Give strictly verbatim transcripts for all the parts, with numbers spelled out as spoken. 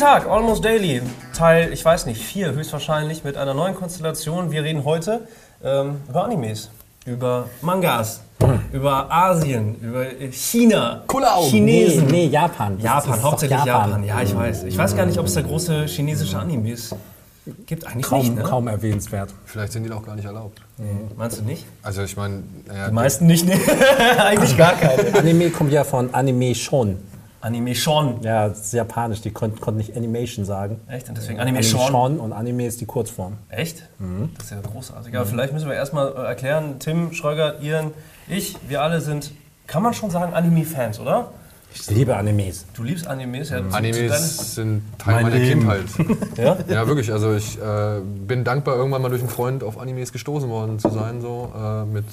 Tag, Almost Daily, Teil, ich weiß nicht, vier höchstwahrscheinlich mit einer neuen Konstellation. Wir reden heute ähm, über Animes, über Mangas, hm. über Asien, über China, Chinesen. Nee, nee, Japan. Das Japan, ist hauptsächlich Japan. Japan. Ja, ich weiß. Ich weiß gar nicht, ob es da große chinesische Animes gibt. Eigentlich kaum, nicht, ne? Kaum erwähnenswert. Vielleicht sind die auch gar nicht erlaubt. Nee. Meinst du nicht? Also ich meine... Naja, die meisten nicht, ne? Eigentlich gar keine. Anime kommt ja von Anime schon. Anime schon. Ja, das ist japanisch, die konnten konnt nicht Animation sagen. Echt? Und deswegen Anime, Anime schon. schon und Anime ist die Kurzform. Echt? Mhm. Das ist ja großartig. Aber mhm. vielleicht müssen wir erstmal erklären, Tim, Schröger, Ian, ich, wir alle sind, kann man schon sagen, Anime-Fans, oder? Ich liebe Animes. Du liebst Animes? Ja, mhm. Animes sind Teil meiner Leben. Kindheit. Ja? Ja, wirklich. Also ich äh, bin dankbar, irgendwann mal durch einen Freund auf Animes gestoßen worden zu sein, so äh, mit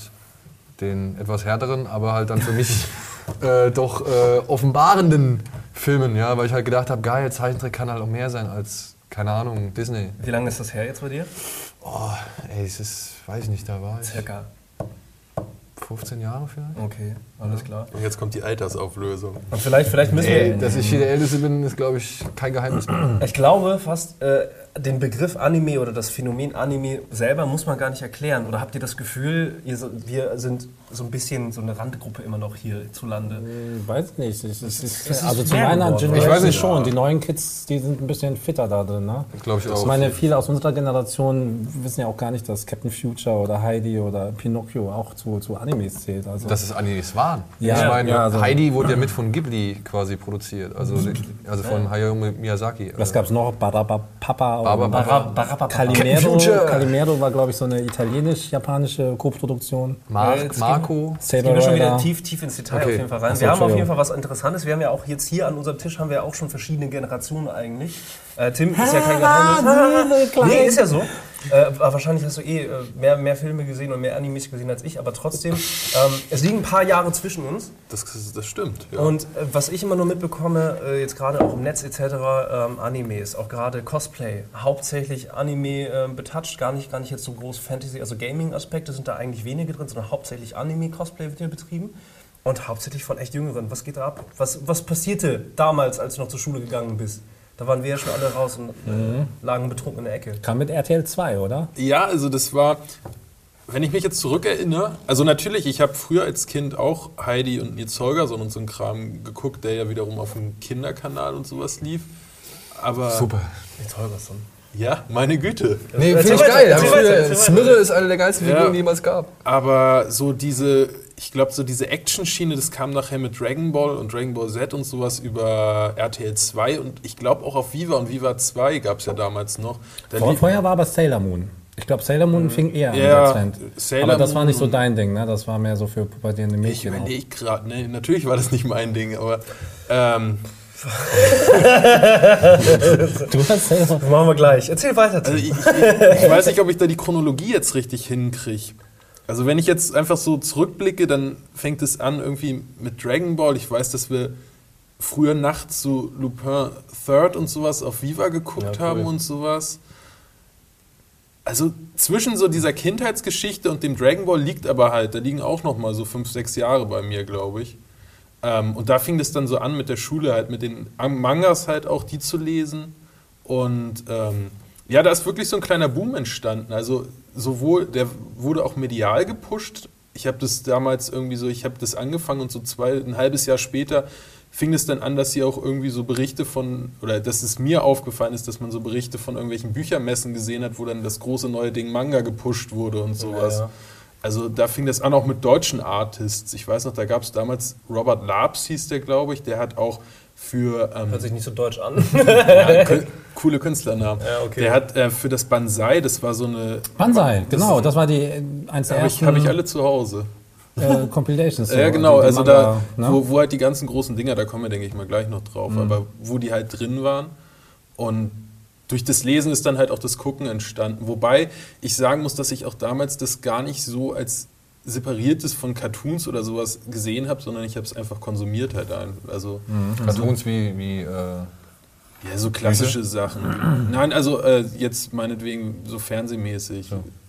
den etwas härteren, aber halt dann für mich äh, doch äh, offenbarenden Filmen, ja, weil ich halt gedacht habe, geil, Zeichentrick kann halt auch mehr sein als, keine Ahnung, Disney. Wie lange ist das her jetzt bei dir? Oh, ey, es ist, weiß ich nicht, da war ich... Circa fünfzehn Jahre vielleicht? Okay, alles klar. Und jetzt kommt die Altersauflösung. Und vielleicht, vielleicht müssen Ey, wir... Dass ich hier der Älteste bin, ist, glaube ich, kein Geheimnis mehr. Ich glaube fast, äh, den Begriff Anime oder das Phänomen Anime selber muss man gar nicht erklären. Oder habt ihr das Gefühl, ihr, wir sind so ein bisschen so eine Randgruppe immer noch hier zu Lande? Ich weiß nicht. Ich, ich, ich, ist also zu mehr meiner geworden, Generation ich weiß nicht, schon. ja. Die neuen Kids, die sind ein bisschen fitter da drin. Ne? Glaube ich auch. Ich meine, viele aus unserer Generation wissen ja auch gar nicht, dass Captain Future oder Heidi oder Pinocchio auch zu, zu Animes zählt. Also dass es Animes waren. Ja, ich meine, ja, also Heidi wurde ja mit von Ghibli quasi produziert. Also, also von Hayao Miyazaki. Was gab es noch? Barabapapa oder Barabapapa. Calimero. Calimero war, glaube ich, so eine italienisch-japanische Koproduktion. Mark, Marco. Jetzt gehen wir schon wieder tief, tief ins Detail Okay. auf jeden Fall rein. Achso, Wir haben auf jeden Entschuldigung. Fall was Interessantes. Wir haben ja auch jetzt hier an unserem Tisch haben wir auch schon verschiedene Generationen eigentlich. Äh, Tim ist ja kein Geheimnis. Nee, ist ja so. Äh, aber wahrscheinlich hast du eh äh, mehr, mehr Filme gesehen und mehr Animes gesehen als ich, aber trotzdem, ähm, es liegen ein paar Jahre zwischen uns. Das, das stimmt, ja. Und äh, was ich immer nur mitbekomme, äh, jetzt gerade auch im Netz et cetera, ähm, Animes, auch gerade Cosplay, hauptsächlich Anime äh, betouched, gar nicht, gar nicht jetzt so groß Fantasy, also Gaming-Aspekte sind da eigentlich wenige drin, sondern hauptsächlich Anime-Cosplay wird hier betrieben. Und hauptsächlich von echt Jüngeren. Was geht da ab? Was, was passierte damals, als du noch zur Schule gegangen bist? Da waren wir ja schon alle raus und äh, mhm. lagen betrunken in der Ecke. Kam mit R T L zwei, oder? Ja, also das war, wenn ich mich jetzt zurückerinnere, also natürlich, ich habe früher als Kind auch Heidi und Nils Holgersson und so einen Kram geguckt, der ja wiederum auf dem Kinderkanal und sowas lief. Aber Super. Nils Holgersson. Ja, meine Güte. Nee, Erzähl finde ich weiter, geil. erzähl weiter, erzähl weiter. Smirre ist eine der geilsten Ja. Figuren, die jemals gab. Aber so diese, ich glaube, so diese Action-Schiene, das kam nachher mit Dragon Ball und Dragon Ball Z und sowas über R T L zwei und ich glaube auch auf Viva und Viva zwei gab es ja damals noch. Da Vor, lief- vorher war aber Sailor Moon. Ich glaube, Sailor Moon mhm. fing eher an, Ja, der Trend. Sailor Aber das war Moon nicht so und- dein Ding, ne? Das war mehr so für pubertierende ich Mädchen. auch. überlege gerade, ne, natürlich war das nicht mein Ding, aber ähm, Du hast Sailor Das machen wir gleich. Erzähl weiter, Tim. also ich, ich, ich weiß nicht, ob ich da die Chronologie jetzt richtig hinkriege. Also wenn ich jetzt einfach so zurückblicke, dann fängt es an irgendwie mit Dragon Ball. Ich weiß, dass wir früher nachts so Lupin Third und sowas auf Viva geguckt Ja, cool. haben und sowas. Also zwischen so dieser Kindheitsgeschichte und dem Dragon Ball liegt aber halt, da liegen auch noch mal so fünf, sechs Jahre bei mir, glaube ich. Ähm, und da fing das dann so an mit der Schule, halt mit den Mangas halt auch, die zu lesen. Und ähm, ja, da ist wirklich so ein kleiner Boom entstanden. Also sowohl, der wurde auch medial gepusht. Ich habe das damals irgendwie so, ich habe das angefangen und so zwei, ein halbes Jahr später fing es dann an, dass sie auch irgendwie so Berichte von, oder dass es mir aufgefallen ist, dass man so Berichte von irgendwelchen Büchermessen gesehen hat, wo dann das große neue Ding Manga gepusht wurde und sowas. Ja, ja. Also da fing das an auch mit deutschen Artists. Ich weiß noch, da gab es damals, Robert Labs hieß der, glaube ich, der hat auch für... Ähm, Hört sich nicht so deutsch an. ja, kö- coole Künstlernamen. Ja, okay. Der hat äh, für das Banzai, das war so eine... Banzai, genau. Das war die äh, eins der Habe ich, ersten hab ich alle zu Hause. äh, Compilations. So, Ja, genau, die- die also Manga, da, ne? wo, wo halt die ganzen großen Dinger, da kommen wir, denke ich mal, gleich noch drauf, Mhm. aber wo die halt drin waren. Und durch das Lesen ist dann halt auch das Gucken entstanden. Wobei ich sagen muss, dass ich auch damals das gar nicht so als separiertes von Cartoons oder sowas gesehen habe, sondern ich habe es einfach konsumiert halt. ein- Also Mhm. Cartoons wie... wie äh ja, so klassische Sachen. Nein, also äh, jetzt meinetwegen so fernsehmäßig. Ja.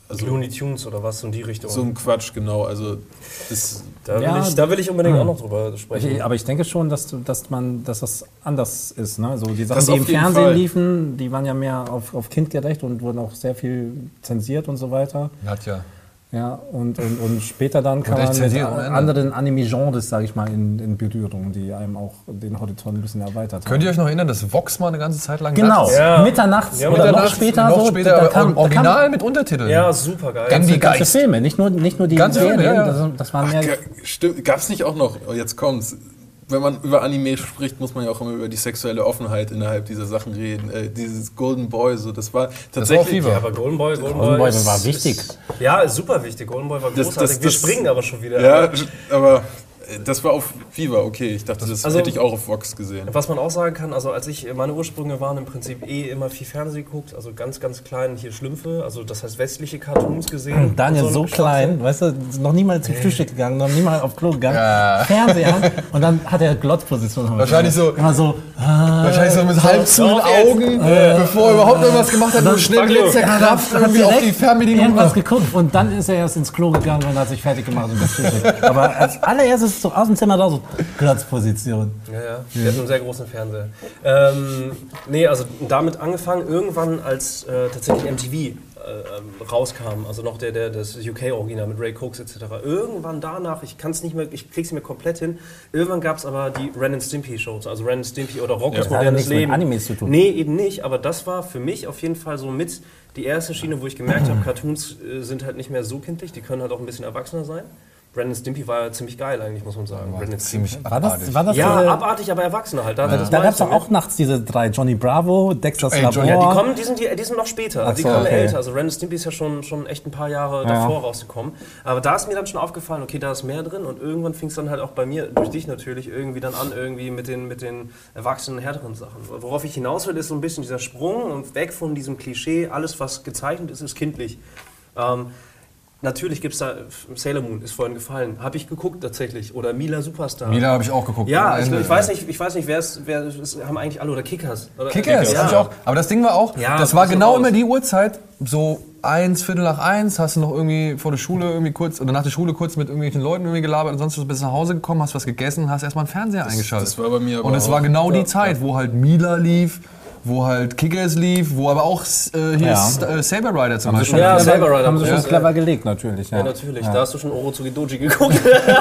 Also Looney Tunes oder was, so in die Richtung. so ein Quatsch, genau. Also das, da, will Ja, ich, da will ich unbedingt auch noch drüber sprechen. Ich, aber ich denke schon, dass, du- dass, man, dass das anders ist. Ne? So die Sachen, Das die auf im jeden Fernsehen Fall. liefen, die waren ja mehr auf, auf kindgerecht und wurden auch sehr viel zensiert und so weiter. Hat ja. Ja, und, und, und später dann kam echt man mit zensiert ohne Ende. anderen Anime-Genres, sage ich mal, in, in Berührung, die einem auch den Horizont ein bisschen erweitert haben. Könnt ihr euch noch erinnern, dass Vox mal eine ganze Zeit lang Genau, nachts- Ja. mitternachts Ja, oder noch mitternachts, später. noch so, später, da aber kam, da original kam mit Untertiteln. Ja, super geil. Ganz- ganze, Die ganze Geist. Filme, nicht nur, nicht nur die Ganze Serien, Filme, ja, ja. Das, das waren mehr... Stimmt, gab es nicht auch noch, oh, jetzt kommt's, wenn man über Anime spricht, muss man ja auch immer über die sexuelle Offenheit innerhalb dieser Sachen reden. Äh, dieses Golden Boy, so, das war tatsächlich... Fever. Ja, aber Golden Boy, Golden, Golden Boy ist- war wichtig. Ist, ja, ist super wichtig. Golden Boy war Das- großartig. das- Wir das- springen aber schon wieder. Ja, aber äh, das war auf Fever, okay. Ich dachte, das Also- hätte ich auch auf Vox gesehen. Was man auch sagen kann, also als ich, meine Ursprünge waren im Prinzip eh immer viel Fernsehen geguckt, also ganz, ganz klein hier Schlümpfe, also das heißt westliche Cartoons gesehen. Daniel Und so eine klein, weißt du, noch nie mal zum Frühstück gegangen, noch nie mal auf Klo gegangen, Ja. Fernseher an und dann hat er Glotzposition. Wahrscheinlich so- Immer so, ah, Wahrscheinlich so mit halb zu den Doch, jetzt. Augen, bevor er überhaupt irgendwas gemacht hat, nur schnell mit letzter hat Kraft hat irgendwie auf die direkt Fernbedienung irgendwas gemacht. geguckt und dann ist er erst ins Klo gegangen und hat sich fertig gemacht und gefrühstückt. Aber als allererstes so aus dem Zimmer raus, so Glotzposition. Ja, ja. Wir hatten einen sehr großen Fernseher. Ähm, nee, also damit angefangen, irgendwann als äh, tatsächlich M T V äh, ähm, rauskam, also noch der, der das U K-Original mit Ray Cooks et cetera. Irgendwann danach, ich kann es nicht mehr, ich krieg's nicht mehr komplett hin, irgendwann gab es aber die Ren and Stimpy Shows, also Ren and Stimpy oder Rockos Ja. Das hat ja modernes nichts mit Leben. Animes zu tun. Nee, eben nicht, aber das war für mich auf jeden Fall so mit die erste Schiene, wo ich gemerkt habe, Cartoons äh, sind halt nicht mehr so kindlich, die können halt auch ein bisschen erwachsener sein. Ren and Stimpy war ja ziemlich geil eigentlich, muss man sagen. Ren and Stimpy. Ziemlich War das, war das Ja, diese, abartig, aber erwachsener halt. Da, da, da gab es doch auch nachts diese drei, Johnny Bravo, Dexter's Ey, Labor. Johnny- Ja, die kommen, die sind, die, die sind noch später, Ach die so, kommen okay. älter. Also Ren and Stimpy ist ja schon, schon echt ein paar Jahre davor rausgekommen. Aber da ist mir dann schon aufgefallen, okay, da ist mehr drin und irgendwann fing es dann halt auch bei mir, durch dich natürlich, irgendwie dann an, irgendwie mit den, mit den erwachsenen, härteren Sachen. Worauf ich hinaus will, ist so ein bisschen dieser Sprung und weg von diesem Klischee, alles was gezeichnet ist, ist kindlich. Ähm, Natürlich gibt es da, Sailor Moon ist vorhin gefallen, habe ich geguckt tatsächlich, oder Mila Superstar. Mila habe ich auch geguckt. Ja, Am ich, Ende. ich weiß nicht, ich weiß nicht, wer es, wer es haben eigentlich alle oder Kickers. Oder Kickers, ja. hab ich auch. Aber das Ding war auch, Ja, das war so genau raus. immer die Uhrzeit, so eins, Viertel nach eins, hast du noch irgendwie vor der Schule irgendwie kurz, oder nach der Schule kurz mit irgendwelchen Leuten irgendwie gelabert und sonst was, bist nach Hause gekommen, hast was gegessen, hast erstmal einen Fernseher eingeschaltet. das war bei mir aber Und es auch. war genau die Ja. Zeit, wo halt Mila lief, wo halt Kickers lief, wo aber auch äh, hier Ja. ist, äh, Saber Rider zum Haben sie Beispiel. schon, Ja, clever, Saber Rider. haben sie schon Ja. clever gelegt, natürlich. Ja, Ja, natürlich. Ja, Da hast du schon Orozugi Doji geguckt.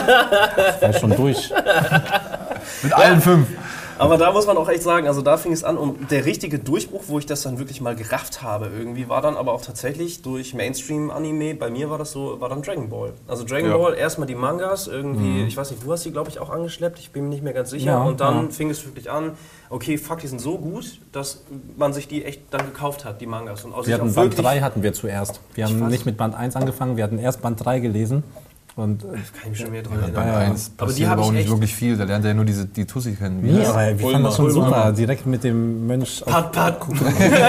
war schon durch. Mit allen fünf. Aber da muss man auch echt sagen, also da fing es an und der richtige Durchbruch, wo ich das dann wirklich mal gerafft habe irgendwie, war dann aber auch tatsächlich durch Mainstream-Anime, bei mir war das so, war dann Dragon Ball. Also Dragon Ja. Ball, erstmal die Mangas, irgendwie, ich weiß nicht, du hast die glaube ich auch angeschleppt, ich bin mir nicht mehr ganz sicher. Ja, und dann ja. fing es wirklich an, okay, fuck, die sind so gut, dass man sich die echt dann gekauft hat, die Mangas. Und aus Wir sich hatten auch Band wirklich- drei hatten wir zuerst. Wir haben weiß. nicht mit Band eins angefangen, wir hatten erst Band drei gelesen. Und, äh, Kann ich mich schon mehr dran Bei erinnern. Ja, ja. eins Aber die passiert hab aber auch ich nicht echt- wirklich viel, da lernt er ja nur diese, die Tussi kennen. Wie nee, heißt- aber wir Bulma, fanden das schon Bulma. super, direkt mit dem Mönch. Auf, Pat, pat, guck.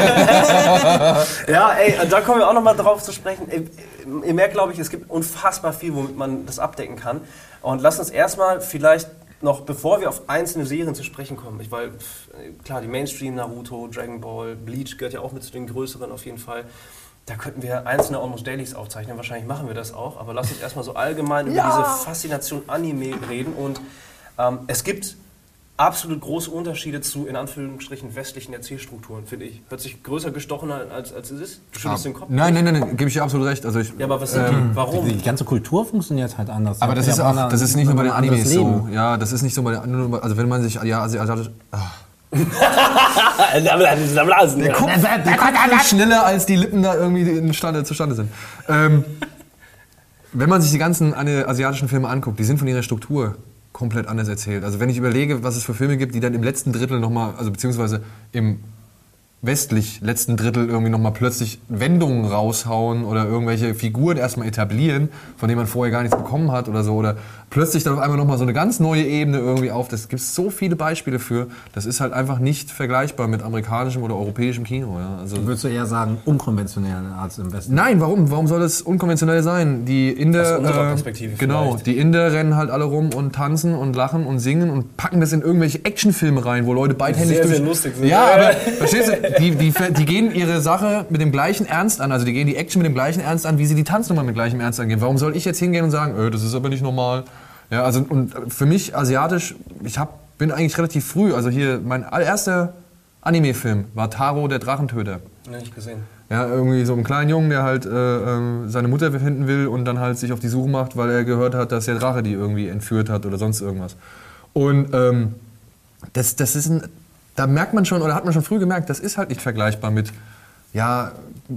Ja, ey, da kommen wir auch nochmal drauf zu sprechen. Ey, ihr merkt, glaube ich, es gibt unfassbar viel, womit man das abdecken kann. Und lasst uns erstmal vielleicht noch, bevor wir auf einzelne Serien zu sprechen kommen, ich, weil, pff, klar, die Mainstream, Naruto, Dragon Ball, Bleach gehört ja auch mit zu den größeren auf jeden Fall. Da könnten wir einzelne Almost Dailies aufzeichnen, wahrscheinlich machen wir das auch, aber lasst uns erstmal so allgemein über diese Faszination Anime reden. Und ähm, es gibt absolut große Unterschiede zu, in Anführungsstrichen, westlichen Erzählstrukturen, finde ich. Hört sich größer gestochen an, als, als es ist. Du schüttelst den Kopf. Nein, nein, nein, nein, gebe ich dir absolut recht. Also ich, Ja, aber was sind die? Warum? die ganze Kultur funktioniert halt anders. aber das Ja, ist aber auch, eine- das ist nicht nur bei den ein anderes Animes so. Leben. Ja, das ist nicht so bei den, nur bei- also wenn man sich, ja, asiatisch, ah. Der Kopf, der Kopf ist schneller, als die Lippen da irgendwie in Stande, zustande sind. Ähm, wenn man sich die ganzen ane- asiatischen Filme anguckt, die sind von ihrer Struktur komplett anders erzählt. Also wenn ich überlege, was es für Filme gibt, die dann im letzten Drittel nochmal, also beziehungsweise im westlich letzten Drittel irgendwie nochmal plötzlich Wendungen raushauen oder irgendwelche Figuren erstmal etablieren, von denen man vorher gar nichts bekommen hat oder so. Oder plötzlich dann auf einmal nochmal so eine ganz neue Ebene irgendwie auf. Das gibt so viele Beispiele für. Das ist halt einfach nicht vergleichbar mit amerikanischem oder europäischem Kino. Ja. Also Würdest du eher sagen, unkonventionell als im Westen? Nein, warum? Warum soll das unkonventionell sein? Die Inder, Aus unserer äh, Perspektive genau, vielleicht. die Inder rennen halt alle rum und tanzen und lachen und singen und packen das in irgendwelche Actionfilme rein, wo Leute beidhändig Sehr, durch... sehr lustig sind. Ja, aber verstehst du, die, die, die gehen ihre Sache mit dem gleichen Ernst an, also die gehen die Action mit dem gleichen Ernst an, wie sie die Tanznummer mit gleichem Ernst angehen. Warum soll ich jetzt hingehen und sagen, öh, das ist aber nicht normal? Ja, also und für mich asiatisch, ich hab, bin eigentlich relativ früh, also hier mein allererster Anime-Film war Taro, der Drachentöter. Nee, nicht gesehen. Ja, irgendwie so einen kleinen Jungen, der halt äh, ähm, seine Mutter finden will und dann halt sich auf die Suche macht, weil er gehört hat, dass der Drache die irgendwie entführt hat oder sonst irgendwas. Und ähm, das, das ist ein, da merkt man schon, oder hat man schon früh gemerkt, das ist halt nicht vergleichbar mit, ja,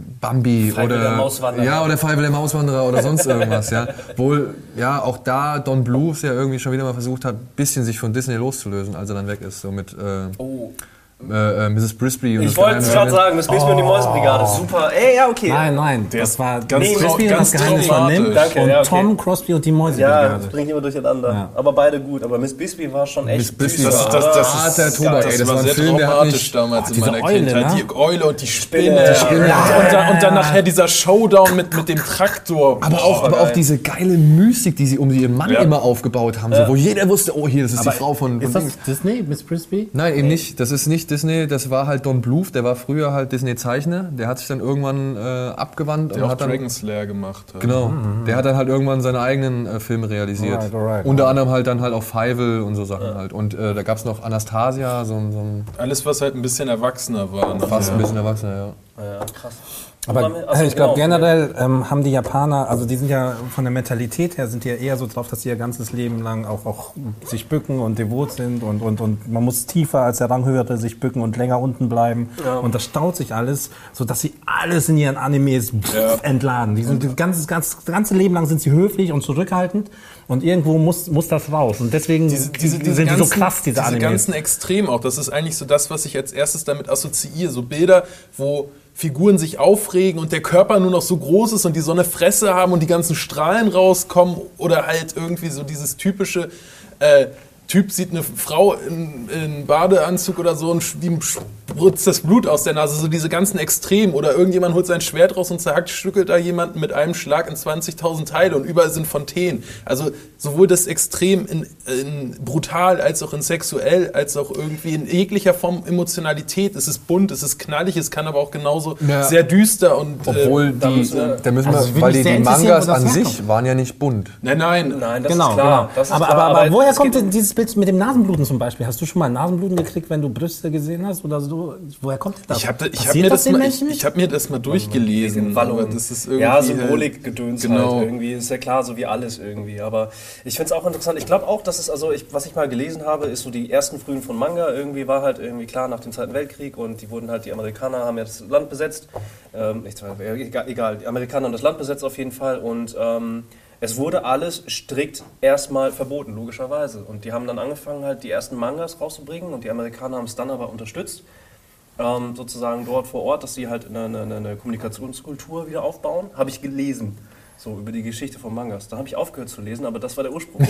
Bambi Freiwilliger oder Mauswanderer. ja oder Freiwilliger Mauswanderer oder sonst irgendwas, ja. Wohl ja auch da Don Bluth ja irgendwie schon wieder mal versucht hat, ein bisschen sich von Disney loszulösen, als er dann weg ist, so mit äh, Oh. äh, äh, Misses Brisby und Ich das wollte es Geheimnis- gerade sagen, Miss Bisbee und die Mäusebrigade. Super. Ey, ja, okay. Nein, nein, das war ganz Miss trau- Crispy und ganz das Geheimnis von traumatisch. Nim Danke, und ja, okay. Tom Crosby und die Ja, Mäusebrigade. das bringt immer durcheinander. Ja. Aber beide gut. Aber Miss Bisbee war schon echt Miss Bisbee düster. war- Das, das, das, Harter ist, Tobak, das ey, das war war ein sehr Film, der hat traumatisch mich- damals Ach, in diese meiner Eule, Kindheit. ne? Die Eule und die Spinne. Spinne. Spinne. Ja, und, dann, und dann nachher dieser Showdown mit, mit dem Traktor. Aber Boah, auch, aber auch geil. diese geile Mystik, die sie um ihren Mann Ja. immer aufgebaut haben, so, wo jeder wusste, oh hier, das ist die Frau von, von Ist das Dings. Disney, Miss Crispy? Nein, eben nicht. Das ist nicht Disney, das war halt Don Bluth, der war früher halt Disney-Zeichner, der hat sich dann irgendwann äh, abgewandt Der und auch hat dann... Dragon Slayer gemacht hat. Genau, der hat dann halt irgendwann seine eigenen äh, Filme realisiert. Alright, alright, Unter alright. anderem halt dann halt auch Fievel und so Sachen halt. Und äh, da gab es noch Anastasia, so, ein- so ein Alles, was halt ein bisschen erwachsener war. Ne? fast Ja. ein bisschen erwachsener, ja. Ja, krass. Aber Achso, ich glaube genau. generell ähm, haben die Japaner, also die sind ja von der Mentalität her, sind die ja eher so drauf, dass sie ihr ganzes Leben lang auch, auch sich bücken und devot sind und, und, und man muss tiefer als der Ranghöhere sich bücken und länger unten bleiben. Ja. Und das staut sich alles, sodass sie alles in ihren Animes pff, Ja. entladen. Die sind das ganze, ganze, das ganze Leben lang sind sie höflich und zurückhaltend und irgendwo muss, muss das raus. Und deswegen Diese, diese, diese sind ganzen, die so krass, diese, diese Animes. ganzen Extreme auch. Das ist eigentlich so das, was ich als erstes damit assoziiere. So Bilder, wo Figuren sich aufregen und der Körper nur noch so groß ist und die so eine Fresse haben und die ganzen Strahlen rauskommen. Oder halt irgendwie so dieses typische... Äh, Typ sieht eine Frau in, in Badeanzug oder so und ihm spritzt das Blut aus der Nase, so diese ganzen Extremen. Oder irgendjemand holt sein Schwert raus und zerhackt, stückelt da jemanden mit einem Schlag in zwanzigtausend Teile und überall sind Fontänen. Also sowohl das Extrem in, in brutal als auch in sexuell, als auch irgendwie in jeglicher Form Emotionalität. Es ist bunt, es ist knallig, es kann aber auch genauso Ja. sehr düster und... Obwohl äh, da die, müssen wir- da müssen wir, Also ich bin weil mich die, sehr die interessiert, Mangas wo das an sich herkommt. waren ja nicht bunt. Nein, nein. Nein, das Genau, ist klar. genau. Das ist aber, klar. aber, aber woher es kommt geht- denn dieses Bild mit dem Nasenbluten zum Beispiel? Hast du schon mal Nasenbluten gekriegt, wenn du Brüste gesehen hast oder so? Woher kommt das? Ich habe ich hab Passiert mir, das den mal- ich, Menschen ich nicht? hab mir das mal durchgelesen. Wallung. Aber das ist irgendwie ja, halt- Symbolik-Gedöns Genau. halt irgendwie. Ist ja klar, so wie alles irgendwie. Aber ich finde es auch interessant. Ich glaube auch, dass es, also ich, was ich mal gelesen habe, ist so die ersten Frühen von Manga. Irgendwie war halt irgendwie klar nach dem Zweiten Weltkrieg und die wurden halt, die Amerikaner haben ja das Land besetzt. Ähm, nicht, egal, egal, die Amerikaner haben das Land besetzt auf jeden Fall und ähm, es wurde alles strikt erstmal verboten, logischerweise. Und die haben dann angefangen, halt die ersten Mangas rauszubringen und die Amerikaner haben es dann aber unterstützt. Ähm, sozusagen dort vor Ort, dass sie halt eine, eine, eine Kommunikationskultur wieder aufbauen, habe ich gelesen. So über die Geschichte von Mangas. Da habe ich aufgehört zu lesen, aber das war der Ursprung.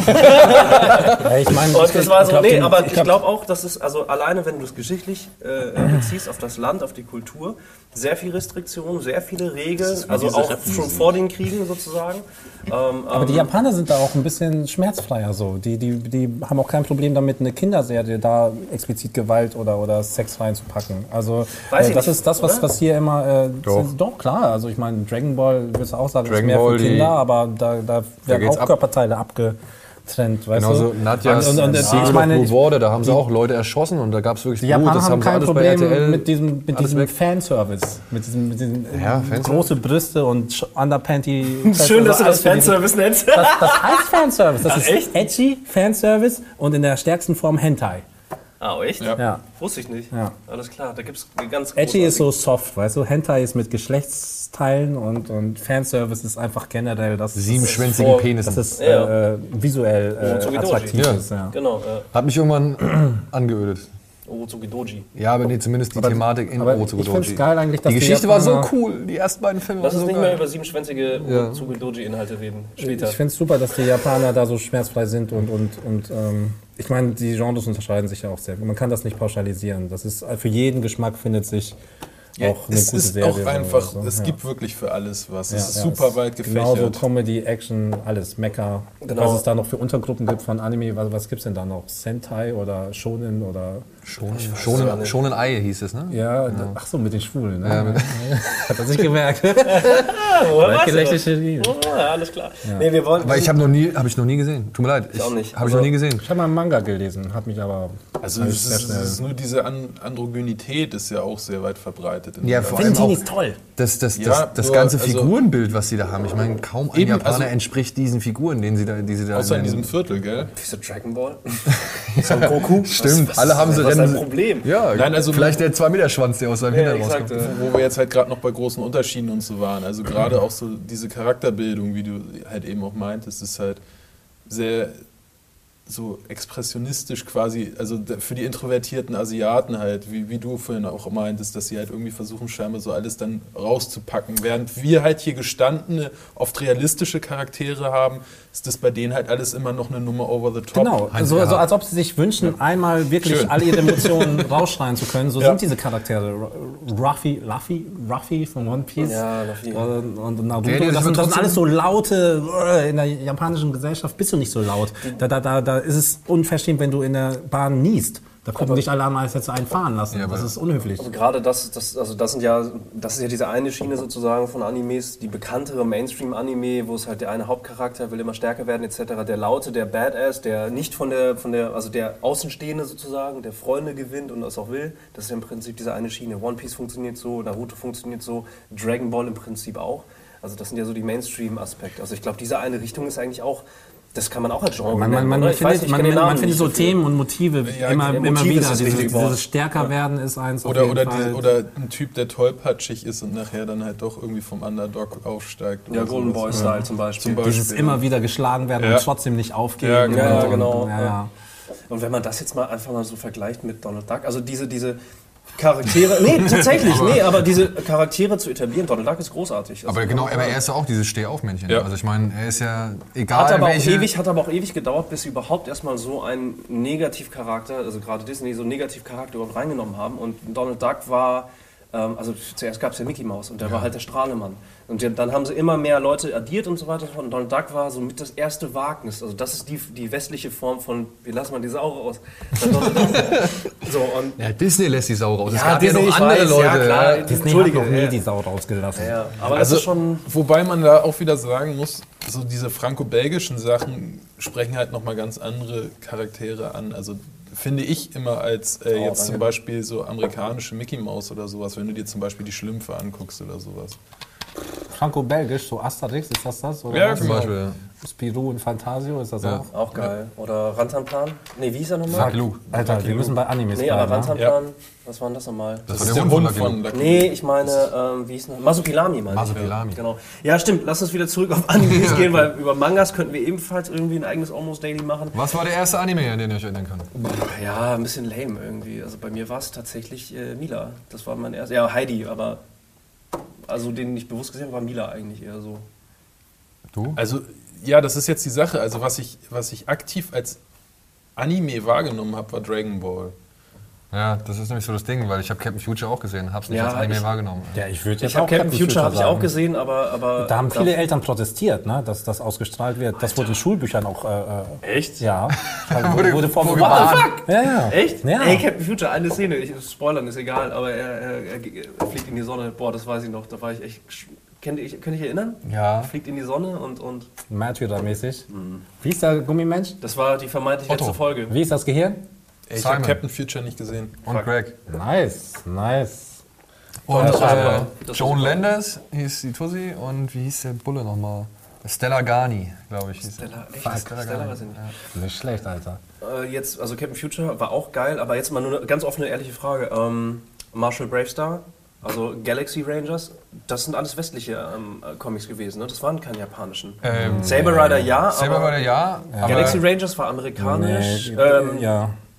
Ja, ich meine, Und das war so, glaub, nee, den- aber ich ich glaub- glaube auch, dass es, also alleine wenn du es geschichtlich äh, beziehst, auf das Land, auf die Kultur, sehr viel Restriktionen, sehr viele Regeln, wie also diese auch Rapmusik. schon vor den Kriegen sozusagen. Ähm, Aber die ähm, Japaner sind da auch ein bisschen schmerzfreier so. Die, die, die haben auch kein Problem damit, eine Kinderserie da explizit Gewalt oder, oder Sex reinzupacken. Also Weiß äh, ich das nicht, ist das, was, oder? was hier immer... Äh, Doch. sind- doch, klar. Also ich meine, Dragon Ball, würdest du auch sagen, Dragon ist mehr Ball, für die- Kinder, aber da, da werden geht's auch ab. Körperteile abgetrennt, weißt Genauso du? Nadjas Und- und- und- Secret ich of meine, Blue Water, da haben sie auch Leute erschossen und da gab es wirklich Die Blut. Japaner Das haben haben sie kein alles bei R T L Problem mit diesem, mit alles diesem weg. Fanservice. Mit diesem, mit diesem Ja, Fanservice. große Brüste und Sch- Underpanty. schön, dass du das alles für die- Fanservice nennst. Das, das heißt Fanservice. Das Ach, ist echt? edgy Fanservice und in der stärksten Form Hentai. Ah, echt? Ja. Ja. Wusste ich nicht. Ja. Alles klar, da gibt es ganz Edgy ist großartige- so soft, weißt du? Hentai ist mit Geschlechtsteilen und, und Fanservice ist einfach generell das. Siebenschwänzige vor- Penisse. Das ist Ja. äh, visuell Oh, so äh, wie attraktiv Ja. ist. Ja. Genau, ja. Hat mich irgendwann angeödet. Orozuki Doji. Ja, aber nee, zumindest die Aber- Thematik in aber Orozuki ich find's Doji. geil eigentlich, dass Die die Geschichte war so Japaner- cool, die ersten beiden Filme Lass waren uns so nicht mehr geil. über siebenschwänzige Ja. Orozuki Doji-Inhalte reden. Später. Ich finde es super, dass die Japaner da so schmerzfrei sind und, und, und ähm, ich meine, die Genres unterscheiden sich ja auch sehr. Man kann das nicht pauschalisieren. Das ist, für jeden Geschmack findet sich Ja, auch eine es gute ist Serie. auch einfach, so. es Ja. gibt wirklich für alles was. Ja, es ist ja, super es weit ist Genauso gefächert. Comedy, Action, alles, Mecha. Genau. Was es da noch für Untergruppen gibt von Anime, was, was gibt es denn da noch? Sentai oder Shonen oder... Schonen, gar Schonen, nicht. Schonen Ei hieß es, ne? Ja, da- ach so, mit den Schwulen, ne? Ja, mit- Hat er sich gemerkt. Woher weißt du Gelächtliche Liebe. das? Ah, alles klar. Nee, wir wollen, Aber ich habe noch nie, habe ich noch nie gesehen. Tut mir leid, ich auch nicht. habe ich Also- noch nie gesehen. Ich habe mal einen Manga gelesen, hat mich aber... Also hab ich es sehr ist, schnell- es ist nur diese An Androgynität ist ja auch sehr weit verbreitet. in Ja, der vor Welt. allem Finden die auch nicht toll? das, das, das, Ja, das nur, ganze also- Figurenbild, was sie da haben. Ich meine, kaum ein Eben, Japaner also- entspricht diesen Figuren, denen sie da, die sie da Außer in nennen. diesem Viertel, gell? Wieso Dragon Ball? Son Goku? Stimmt, Was- alle haben so was ist Rennen. dein Problem? Ja, Nein, also- vielleicht der zwei Meter Schwanz, der aus seinem Ja, Hintern exakt. rauskommt. äh. Wo wir jetzt halt gerade noch bei großen Unterschieden und so waren. Also gerade auch so diese Charakterbildung, wie du halt eben auch meintest, ist halt sehr so expressionistisch quasi, also da- für die introvertierten Asiaten halt, wie, wie du vorhin auch meintest, dass sie halt irgendwie versuchen scheinbar so alles dann rauszupacken. Während wir halt hier gestandene, oft realistische Charaktere haben, ist das bei denen halt alles immer noch eine Nummer over the top. Genau, Heinz so, so Erhardt. als ob sie sich wünschen, einmal wirklich Schön. alle ihre Emotionen rausschreien zu können. So Ja. sind diese Charaktere. R- Ruffy, Luffy, Ruffy von One Piece Ja, Luffy. und, und Naruto. Der, der das, sich sind, das sind trotzdem- alles so laute, äh, in der japanischen Gesellschaft bist du nicht so laut. Da, da, da, da ist es unverschämt, wenn du in der Bahn niest. Da gucken dich alle an, als hättest du einen fahren lassen. Ja, das aber- ist unhöflich. Also gerade das, das, also das sind ja, das ist ja diese eine Schiene sozusagen von Animes, die bekanntere Mainstream-Anime, wo es halt der eine Hauptcharakter will immer stärker werden et cetera. Der Laute, der Badass, der nicht von der, von der, also der Außenstehende sozusagen, der Freunde gewinnt und das auch will. Das ist ja im Prinzip diese eine Schiene. One Piece funktioniert so, Naruto funktioniert so, Dragon Ball im Prinzip auch. Also das sind ja so die Mainstream-Aspekte. Also ich glaube, diese eine Richtung ist eigentlich auch, das kann man auch als Genre Man, man, nennen, man, oder? Ich weiß findet, nicht, ich man, kenn den man Namen findet nicht so dafür. Themen und Motive Ja, immer, ja, immer Motiv wieder. ist das Dieses, richtige Wort. dieses stärker werden ist eins auf Oder, jeden oder, Fall. die, oder ein Typ, der tollpatschig ist und nachher dann halt doch irgendwie vom Underdog aufsteigt. Ja, oder Golden sowas. Boy-Style zum Beispiel. Zum Beispiel. Dieses immer wieder geschlagen werden Ja. und trotzdem nicht aufgeben. Ja, genau. und, Ja, und, genau. Ja, ja. Und wenn man das jetzt mal einfach mal so vergleicht mit Donald Duck, also diese, diese Charaktere, nee, tatsächlich, nee, aber diese Charaktere zu etablieren, Donald Duck ist großartig. Also Aber genau, aber er ist ja auch dieses Stehaufmännchen. Ja. Also ich meine, er ist ja egal hat aber, auch welche... ewig, hat aber auch ewig gedauert, bis sie überhaupt erstmal so einen Negativcharakter, also gerade Disney, so einen Negativcharakter überhaupt reingenommen haben. Und Donald Duck war, ähm, also zuerst gab es ja Mickey Mouse und der war halt der Strahlemann. Und die, dann haben sie immer mehr Leute addiert und so weiter. Und Donald Duck war so mit das erste Wagnis. Also das ist die, die westliche Form von, wir lassen mal die Sau raus. Donald Duck. So, und Ja, Disney lässt die Sau raus. es Ja, gab Disney, ja noch ich andere weiß, Leute. ja, klar. ja. Disney hat Entschuldige, noch nie ja. die Sau rausgelassen. ja, aber Also, das ist schon... wobei man da auch wieder sagen muss, so diese franco-belgischen Sachen sprechen halt nochmal ganz andere Charaktere an. Also finde ich immer als äh, Oh, jetzt danke. zum Beispiel so amerikanische Mickey Mouse oder sowas, wenn du dir zum Beispiel die Schlümpfe anguckst oder sowas. Franco-Belgisch, so Asterix, ist das das? Oder Ja, was? Zum Beispiel, ja. Spirou und Fantasio, ist das Ja. auch? Auch geil. Oder Rantanplan? Nee, wie hieß er nochmal? Lucky Luke. Alter, wir müssen bei Animes Nee, aber bleiben. Ne? Rantanplan, was war denn das nochmal? Das, Das war der Hund von Lucky Luke. Nee, ich meine, ähm, wie hieß noch? Masukilami, meine ich. Masukilami. Genau. Ja, stimmt. Lass uns wieder zurück auf Animes gehen, weil über Mangas könnten wir ebenfalls irgendwie ein eigenes Almost Daily machen. Was war der erste Anime, an den ihr euch erinnern könnt? Ja, ein bisschen lame irgendwie. Also bei mir war es tatsächlich äh, Mila. Das war mein erster. Ja, Heidi, aber also den ich bewusst gesehen habe, war Mila eigentlich eher so. Du? Also ja, das ist jetzt die Sache. Also was ich, was ich aktiv als Anime wahrgenommen habe, war Dragon Ball. Ja, das ist nämlich so das Ding, weil ich habe Captain Future auch gesehen, hab's nicht Ja, als Anime ich- wahrgenommen. Ja, ich würde Ich habe Captain Future habe ich auch gesehen, aber, aber Da haben viele Eltern protestiert, ne, dass das ausgestrahlt wird. Das wurde in Schulbüchern auch. Äh, äh, Echt? Ja. Wurde- wurde vor wurde gewarnt. gewarnt. Ja, ja. Echt? Ja. Ey, Captain Future, eine Szene, ich, Spoilern ist egal, aber er, er, er, er fliegt in die Sonne. Boah, das weiß ich noch, da war ich echt. Kennt ihr, könnt ihr euch erinnern? Ja. Er fliegt in die Sonne und, und Märtyrer-mäßig. Wie ist der Gummimensch? das war die vermeintlich Otto. letzte Folge. Wie ist das Gehirn? Ey, ich Simon. habe Captain Future nicht gesehen. Und Greg. Nice, nice. Und das war äh, super. Das war Joan super. Landers hieß die Tussi und wie hieß der Bulle nochmal? Stella Garni, glaube ich. Hieß Stella, echt? Fuck, Stella, Stella weiß ich nicht. Nicht schlecht, Alter. Äh, jetzt, also Captain Future war auch geil, aber jetzt mal nur eine ganz offene, ehrliche Frage. Ähm, Marshall Bravestar, also Galaxy Rangers, das sind alles westliche ähm, äh, Comics gewesen, ne? Das waren keine japanischen. Ähm, Saber Rider ja, Saber aber Rider ja, aber Galaxy Rangers war amerikanisch. Nee, ähm, ja.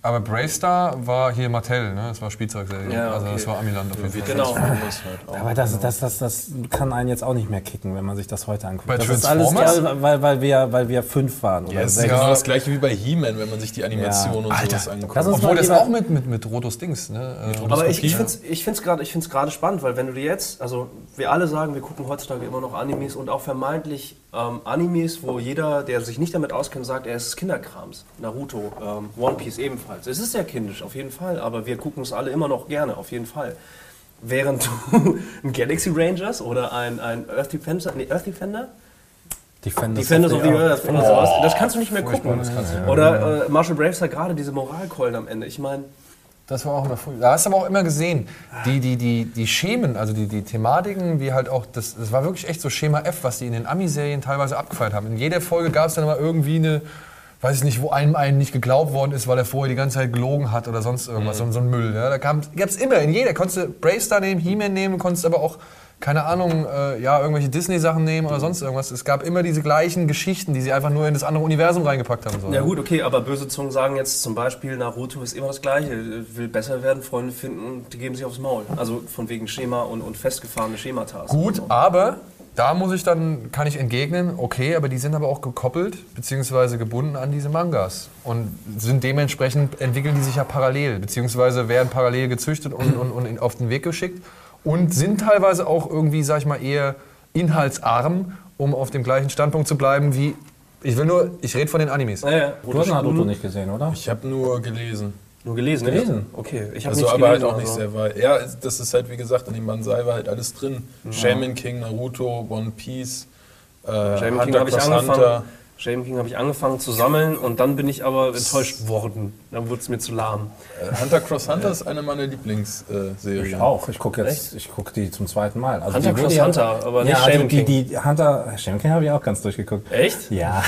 Aber Bravestar war hier Mattel, ne? Das war Spielzeugserie. Ja, Also okay. das war Amiland auf jeden Fall. Genau. Aber das, das, das, das kann einen jetzt auch nicht mehr kicken, wenn man sich das heute anguckt. Bei das ist alles, Transformers? ja, weil, weil, wir, weil wir fünf waren. Oder Ja, es ist sechs. genau das gleiche wie bei He-Man, wenn man sich die Animation Ja. und Alter, sowas anguckt. das ist- Obwohl das lieber- auch mit, mit, mit Rotos Dings, ne? Äh, Aber ich, ich Ja. finde es ich find's gerade ich find's gerade spannend, weil wenn du dir jetzt, also wir alle sagen, wir gucken heutzutage immer noch Animes und auch vermeintlich ähm, Animes, wo jeder, der sich nicht damit auskennt, sagt, er ist Kinderkrams. Naruto, ähm, One Piece ebenfalls. Es ist sehr kindisch, auf jeden Fall, aber wir gucken es alle immer noch gerne, auf jeden Fall. Während du ein Galaxy Rangers oder ein, ein Earth Defender, nee, Earth Defender? Defenders, Defenders of the Earth oder sowas, das kannst du nicht mehr Furchtbar, gucken. das kannst du- Oder äh, Marshall Bravestar, gerade diese Moralkeulen am Ende. Ich meine, Das war auch immer früh. Da hast du aber auch immer gesehen, die, die, die, die Schemen, also die, die Thematiken, wie halt auch, das, das war wirklich echt so Schema F, was die in den Ami-Serien teilweise abgefeiert haben. In jeder Folge gab es dann immer irgendwie eine, weiß ich nicht, wo einem einen nicht geglaubt worden ist, weil er vorher die ganze Zeit gelogen hat oder sonst irgendwas, so, so ein Müll. Ja. Da gab es immer, in jeder, konntest du Bravestar nehmen, He-Man nehmen, konntest aber auch, keine Ahnung, äh, ja, irgendwelche Disney-Sachen nehmen oder sonst irgendwas. Es gab immer diese gleichen Geschichten, die sie einfach nur in das andere Universum reingepackt haben. So, ja gut, okay, aber böse Zungen sagen jetzt zum Beispiel, Naruto ist immer das Gleiche, will besser werden, Freunde finden und die geben sich aufs Maul. Also von wegen Schema und, und festgefahrene Schemata. Gut, aber da muss ich dann, kann ich entgegnen, okay, aber die sind aber auch gekoppelt bzw. gebunden an diese Mangas und sind dementsprechend, entwickeln die sich ja parallel, beziehungsweise werden parallel gezüchtet und, und, und auf den Weg geschickt und sind teilweise auch irgendwie, sag ich mal, eher inhaltsarm, um auf dem gleichen Standpunkt zu bleiben wie, ich will nur, ich rede von den Animes. Ja, ja. Du hast Naruto nicht gesehen, oder? Ich habe nur gelesen. Nur gelesen, Gelesen? echt? Okay, ich habe Also, nicht aber gelesen. halt auch nicht also. sehr weit. Ja, das ist halt, wie gesagt, in dem Banzai war halt alles drin. Shaman King, Naruto, One Piece, äh, Shaman King Hunter habe ich x angefangen. Hunter. Shaman King habe ich angefangen zu sammeln und dann bin ich aber enttäuscht worden. Dann wurde es mir zu lahm. Äh, Hunter x Hunter ist eine meiner Lieblingsserien. Ich auch. Ich gucke jetzt, ich gucke die zum zweiten Mal. Also Hunter die x wurde ja- Hunter, aber nicht ja, Shaman die, King. die, die Hunter, Shaman King habe ich auch ganz durchgeguckt. Echt? Ja.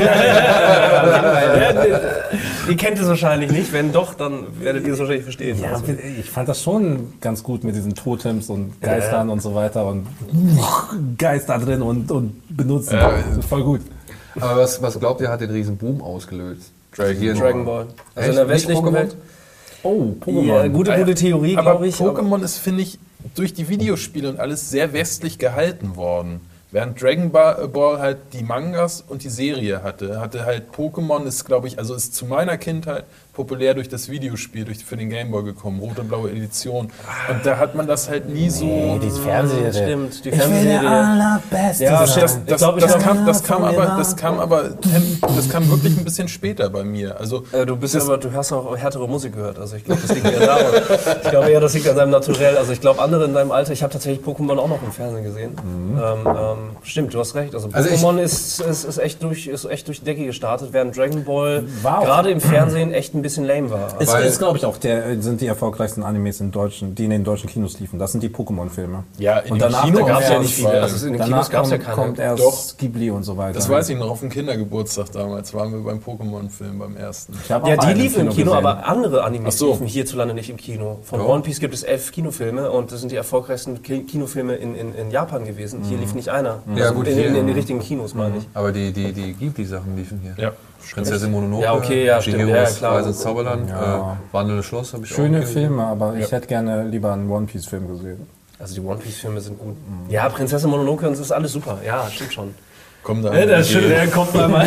Ja, die, die kennt es wahrscheinlich nicht. Wenn doch, dann werdet ihr es wahrscheinlich verstehen. Ja, Also. ich fand das schon ganz gut mit diesen Totems und Geistern und so weiter und Geister drin und, und benutzen. Ja. Das ist voll gut. Aber was, was glaubt ihr, hat den riesen Boom ausgelöst? Dragon, Dragon Ball. Also Echt? in der Nicht westlichen Pokémon? Welt. Oh, Ja, gute, gute Theorie, Aber glaube ich. Pokémon ist, finde ich, durch die Videospiele und alles sehr westlich gehalten worden. Während Dragon Ball Ball halt die Mangas und die Serie hatte, hatte halt Pokémon ist, glaube ich, also ist zu meiner Kindheit populär durch das Videospiel, durch, für den Gameboy gekommen, rote und blaue Edition. Und da hat man das halt nie so... Nee, die Fernsehserie. Stimmt, die Ich will der Fernsehserie. allerbeste Ja, sein. stimmt. Das, Ich das, glaub, ich das, hab- kam, das, kam von mir aber, war- das kam aber das kam wirklich ein bisschen später bei mir. Also Äh, du bist aber, du hast auch härtere Musik gehört. Also ich glaube, das liegt eher daran. Ich glaube eher, das liegt an deinem Naturell. Also ich glaube, andere in deinem Alter, ich habe tatsächlich Pokémon auch noch im Fernsehen gesehen. Ähm, ähm, stimmt, du hast recht. Also Also ich- Pokémon ist, ist, ist, echt durch, ist echt durch die Decke gestartet, während Dragon Ball War auch- gerade im Fernsehen echt ein bisschen lame war. Es Weil- ist, glaube ich, auch der, sind die erfolgreichsten Animes in deutschen, die in den deutschen Kinos liefen. Das sind die Pokémon-Filme. ja, in Und dem danach Kino kommt gab es ja erst- nicht viele. Also in den Kinos Danach gab es ja kommt, keine. kommt erst Doch. Ghibli und so weiter. Das weiß ich noch, auf dem Kindergeburtstag damals waren wir beim Pokémon-Film beim ersten. Ich hab Ja, auch die einen liefen im Kino, gesehen. aber andere Animes Ach so. liefen hierzulande nicht im Kino. Von Ja. One Piece gibt es elf Kinofilme und das sind die erfolgreichsten Ki Kinofilme in, in, in Japan gewesen. Hier lief nicht einer. Ja, Also gut, in, hier- in, in die richtigen Kinos, meine ich. Aber die, die, die Ghibli-Sachen liefen hier. Ja, Prinzessin Mononoke, Ja, okay, ja, stimmt, Chihiros ja, klar. Reise ins Zauberland, Ja. äh, Wandelndes Schloss habe ich auch Schöne gesehen. Filme, aber ich hätte gerne lieber einen One-Piece-Film gesehen. Also die One Piece Filme sind gut. Ja, Prinzessin Mononoke, das ist alles super. Ja, stimmt schon. Komm da. Ja, das stimmt, der kommt mal.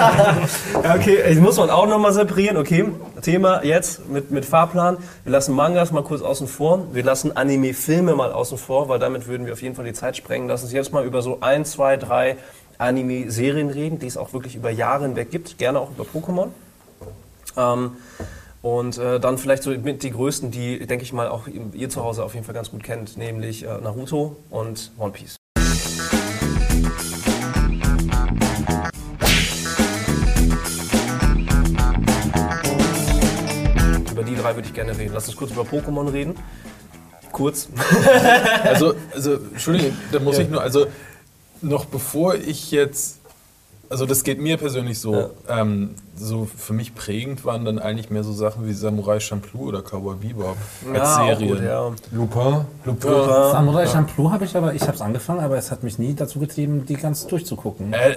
Ja, okay, ich muss man auch nochmal separieren. Okay, Thema jetzt mit, mit Fahrplan. Wir lassen Mangas mal kurz außen vor. Wir lassen Anime-Filme mal außen vor, weil damit würden wir auf jeden Fall die Zeit sprengen. Lass uns jetzt mal über so ein, zwei, drei Anime-Serien reden, die es auch wirklich über Jahre hinweg gibt. Gerne auch über Pokémon. Ähm, und äh, dann vielleicht so mit die größten, die, denke ich mal, auch ihr zu Hause auf jeden Fall ganz gut kennt, nämlich äh, Naruto und One Piece. Über die drei würde ich gerne reden. Lass uns kurz über Pokémon reden. Kurz. Also, also Entschuldigung, da muss ich nur, also noch bevor ich jetzt, also das geht mir persönlich so, ähm, so für mich prägend waren dann eigentlich mehr so Sachen wie Samurai Champloo oder Cowboy Bebop als auch Serien. gut, ja. Lupin. Lupin. Samurai Champloo habe ich aber, ich habe es angefangen, aber es hat mich nie dazu getrieben, die ganz durchzugucken. Äh,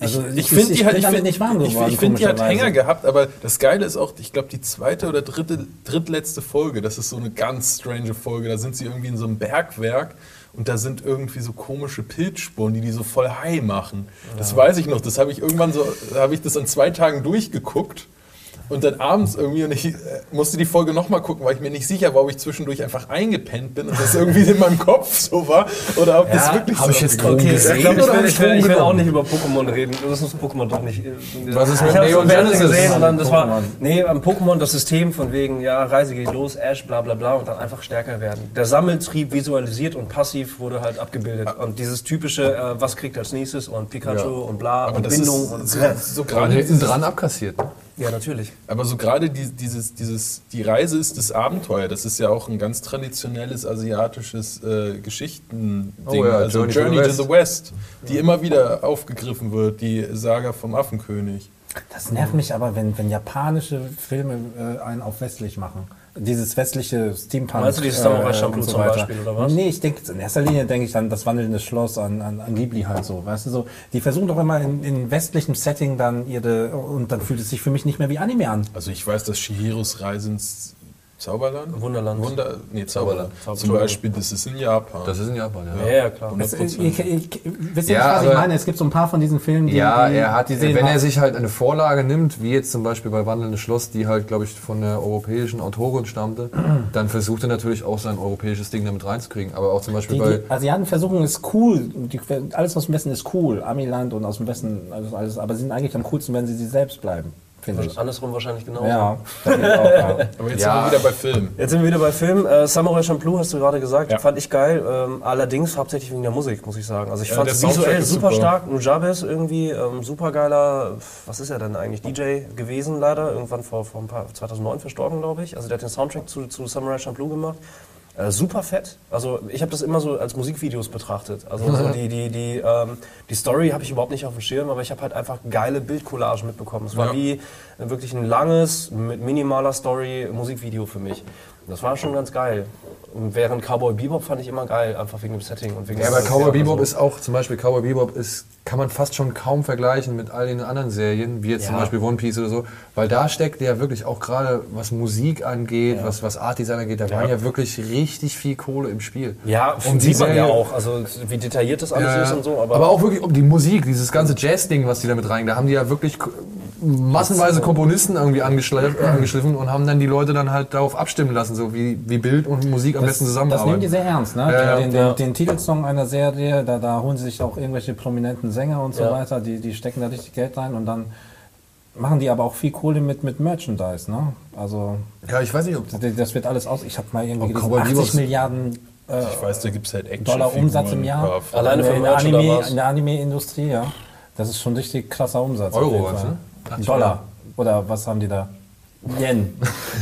Also ich finde die halt, ich damit find, nicht warm ich, geworden, ich finde die hat komischerweise. Hänger gehabt, aber das Geile ist auch, ich glaube die zweite oder dritte, drittletzte Folge, das ist so eine ganz strange Folge, da sind sie irgendwie in so einem Bergwerk und da sind irgendwie so komische Pilzspuren, die die so voll high machen. Das weiß ich noch, das habe ich irgendwann so, da habe ich das an zwei Tagen durchgeguckt. Und dann abends irgendwie, und ich äh, musste die Folge nochmal gucken, weil ich mir nicht sicher war, ob ich zwischendurch einfach eingepennt bin und das irgendwie in meinem Kopf so war oder ob Ja, das wirklich hab so ich jetzt abgegangen Drogen ist. gesehen? Ich glaube, ich, Oder will- hab ich, ich will- ich will Drogen auch nicht über Pokémon reden. Das ist Pokémon doch nicht. äh, Was ist ich mit habe Neon es Fernsehen Genesis? gesehen und dann das war. Pokémon. Nee, am Pokémon das System von wegen, ja, Reise geht los, Ash, bla bla bla und dann einfach stärker werden. Der Sammeltrieb visualisiert und passiv wurde halt abgebildet. Und dieses typische, äh, was kriegt als nächstes und Pikachu Ja. und bla Aber und das Bindung ist und. so, so Und gerade hinten dieses, dran abkassiert. Ne? Ja, natürlich. aber so gerade die, dieses, dieses, die Reise ist das Abenteuer. Das ist ja auch ein ganz traditionelles asiatisches äh, Geschichtending. Oh ja, also Journey to Journey, the to West. the West, die immer wieder aufgegriffen wird, die Saga vom Affenkönig. Das nervt mich aber, wenn, wenn japanische Filme äh, einen auf westlich machen. Dieses westliche Steampunk. Meinst du dieses Samurai Champloo und so zum weiter. Beispiel, oder was? Nee, ich denke, in erster Linie denke ich an das wandelnde Schloss, an, an, an Ghibli halt so. Weißt du, so. Die versuchen doch immer in, in westlichem Setting dann ihre, und dann fühlt es sich für mich nicht mehr wie Anime an. Also ich weiß, dass Shihiros Reise ins Zauberland? Wunderland. Wunder, nee, Zauberland. Zauberland. Zum Beispiel, das ist in Japan. Das ist in Japan, ja. Ja, ja, klar. Es, hundert ich, Prozent. ich, ich, wisst ihr Ja, nicht, was ich aber- meine? Es gibt so ein paar von diesen Filmen, die, Ja, die, er hat, die sehen wenn er aus- sich halt eine Vorlage nimmt, wie jetzt zum Beispiel bei Wandelndes Schloss, die halt, glaube ich, von der europäischen Autorin stammte, dann versucht er natürlich auch sein europäisches Ding damit reinzukriegen. Aber auch zum Beispiel Die, bei... die Asiaten versuchen es cool. Die, alles aus dem Westen ist cool. Amiland und aus dem Westen, alles, alles. Aber sie sind eigentlich am coolsten, wenn sie sie selbst bleiben, finde ich. Andersrum wahrscheinlich genauso. Ja, das geht auch, ja. Aber jetzt Ja. sind wir wieder bei Film. Jetzt sind wir wieder bei Film. Äh, Samurai Champloo hast du gerade gesagt, Ja. fand ich geil. Ähm, allerdings hauptsächlich wegen der Musik, muss ich sagen. Also ich Ja, fand der es Soundtrack visuell ist super super. stark. Nujabes irgendwie, ähm, super geiler, was ist er denn eigentlich? D J gewesen leider, irgendwann vor, vor ein paar, zweitausendneun verstorben, glaube ich. Also der hat den Soundtrack zu, zu Samurai Champloo gemacht. Äh, super fett. Also ich habe das immer so als Musikvideos betrachtet. Also so die, die, die, ähm, die Story habe ich überhaupt nicht auf dem Schirm, aber ich habe halt einfach geile Bildcollagen mitbekommen. Es war Ja. wie äh, wirklich ein langes, mit minimaler Story Musikvideo für mich. Das war schon ganz geil. Und während Cowboy Bebop fand ich immer geil, einfach wegen dem Setting und wegen Ja, der aber Cowboy Charaktere Bebop so. ist auch, zum Beispiel Cowboy Bebop ist, kann man fast schon kaum vergleichen mit all den anderen Serien, wie jetzt zum Ja. Beispiel One Piece oder so, weil da steckt ja wirklich auch gerade, was Musik angeht, was, was Art Design angeht, da war ja wirklich richtig viel Kohle im Spiel. Ja, Und die sieht man ja Serie- auch, also wie detailliert das alles Ja, ist und so. Aber, aber auch wirklich um die Musik, dieses ganze Jazz-Ding, was die da mit rein, da haben die ja wirklich k- massenweise Komponisten irgendwie angeschliffen, äh, angeschliffen und haben dann die Leute dann halt darauf abstimmen lassen, so wie, wie Bild und Musik am besten Das zusammenarbeiten. nehmen die sehr ernst, ne? Ja, den, den, ja. den Titelsong einer Serie, da, da holen sie sich auch irgendwelche prominenten Sänger und so Ja. weiter, die, die stecken da richtig Geld rein und dann machen die aber auch viel Kohle mit, mit Merchandise, ne? Also Ja, ich weiß nicht, ob das, das wird alles aus. Ich habe mal irgendwie Oh, gelesen, Cowboy achtzig Bebop- Milliarden äh, Ich weiß, da gibt es halt Action. Dollar Umsatz im Jahr. Alleine für in der Merch oder Anime, was? in der Anime-Industrie, ja. Das ist schon richtig krasser Umsatz. Euro, auf jeden was, Fall. ne? Ach, Dollar. Oder was haben die da? Yen.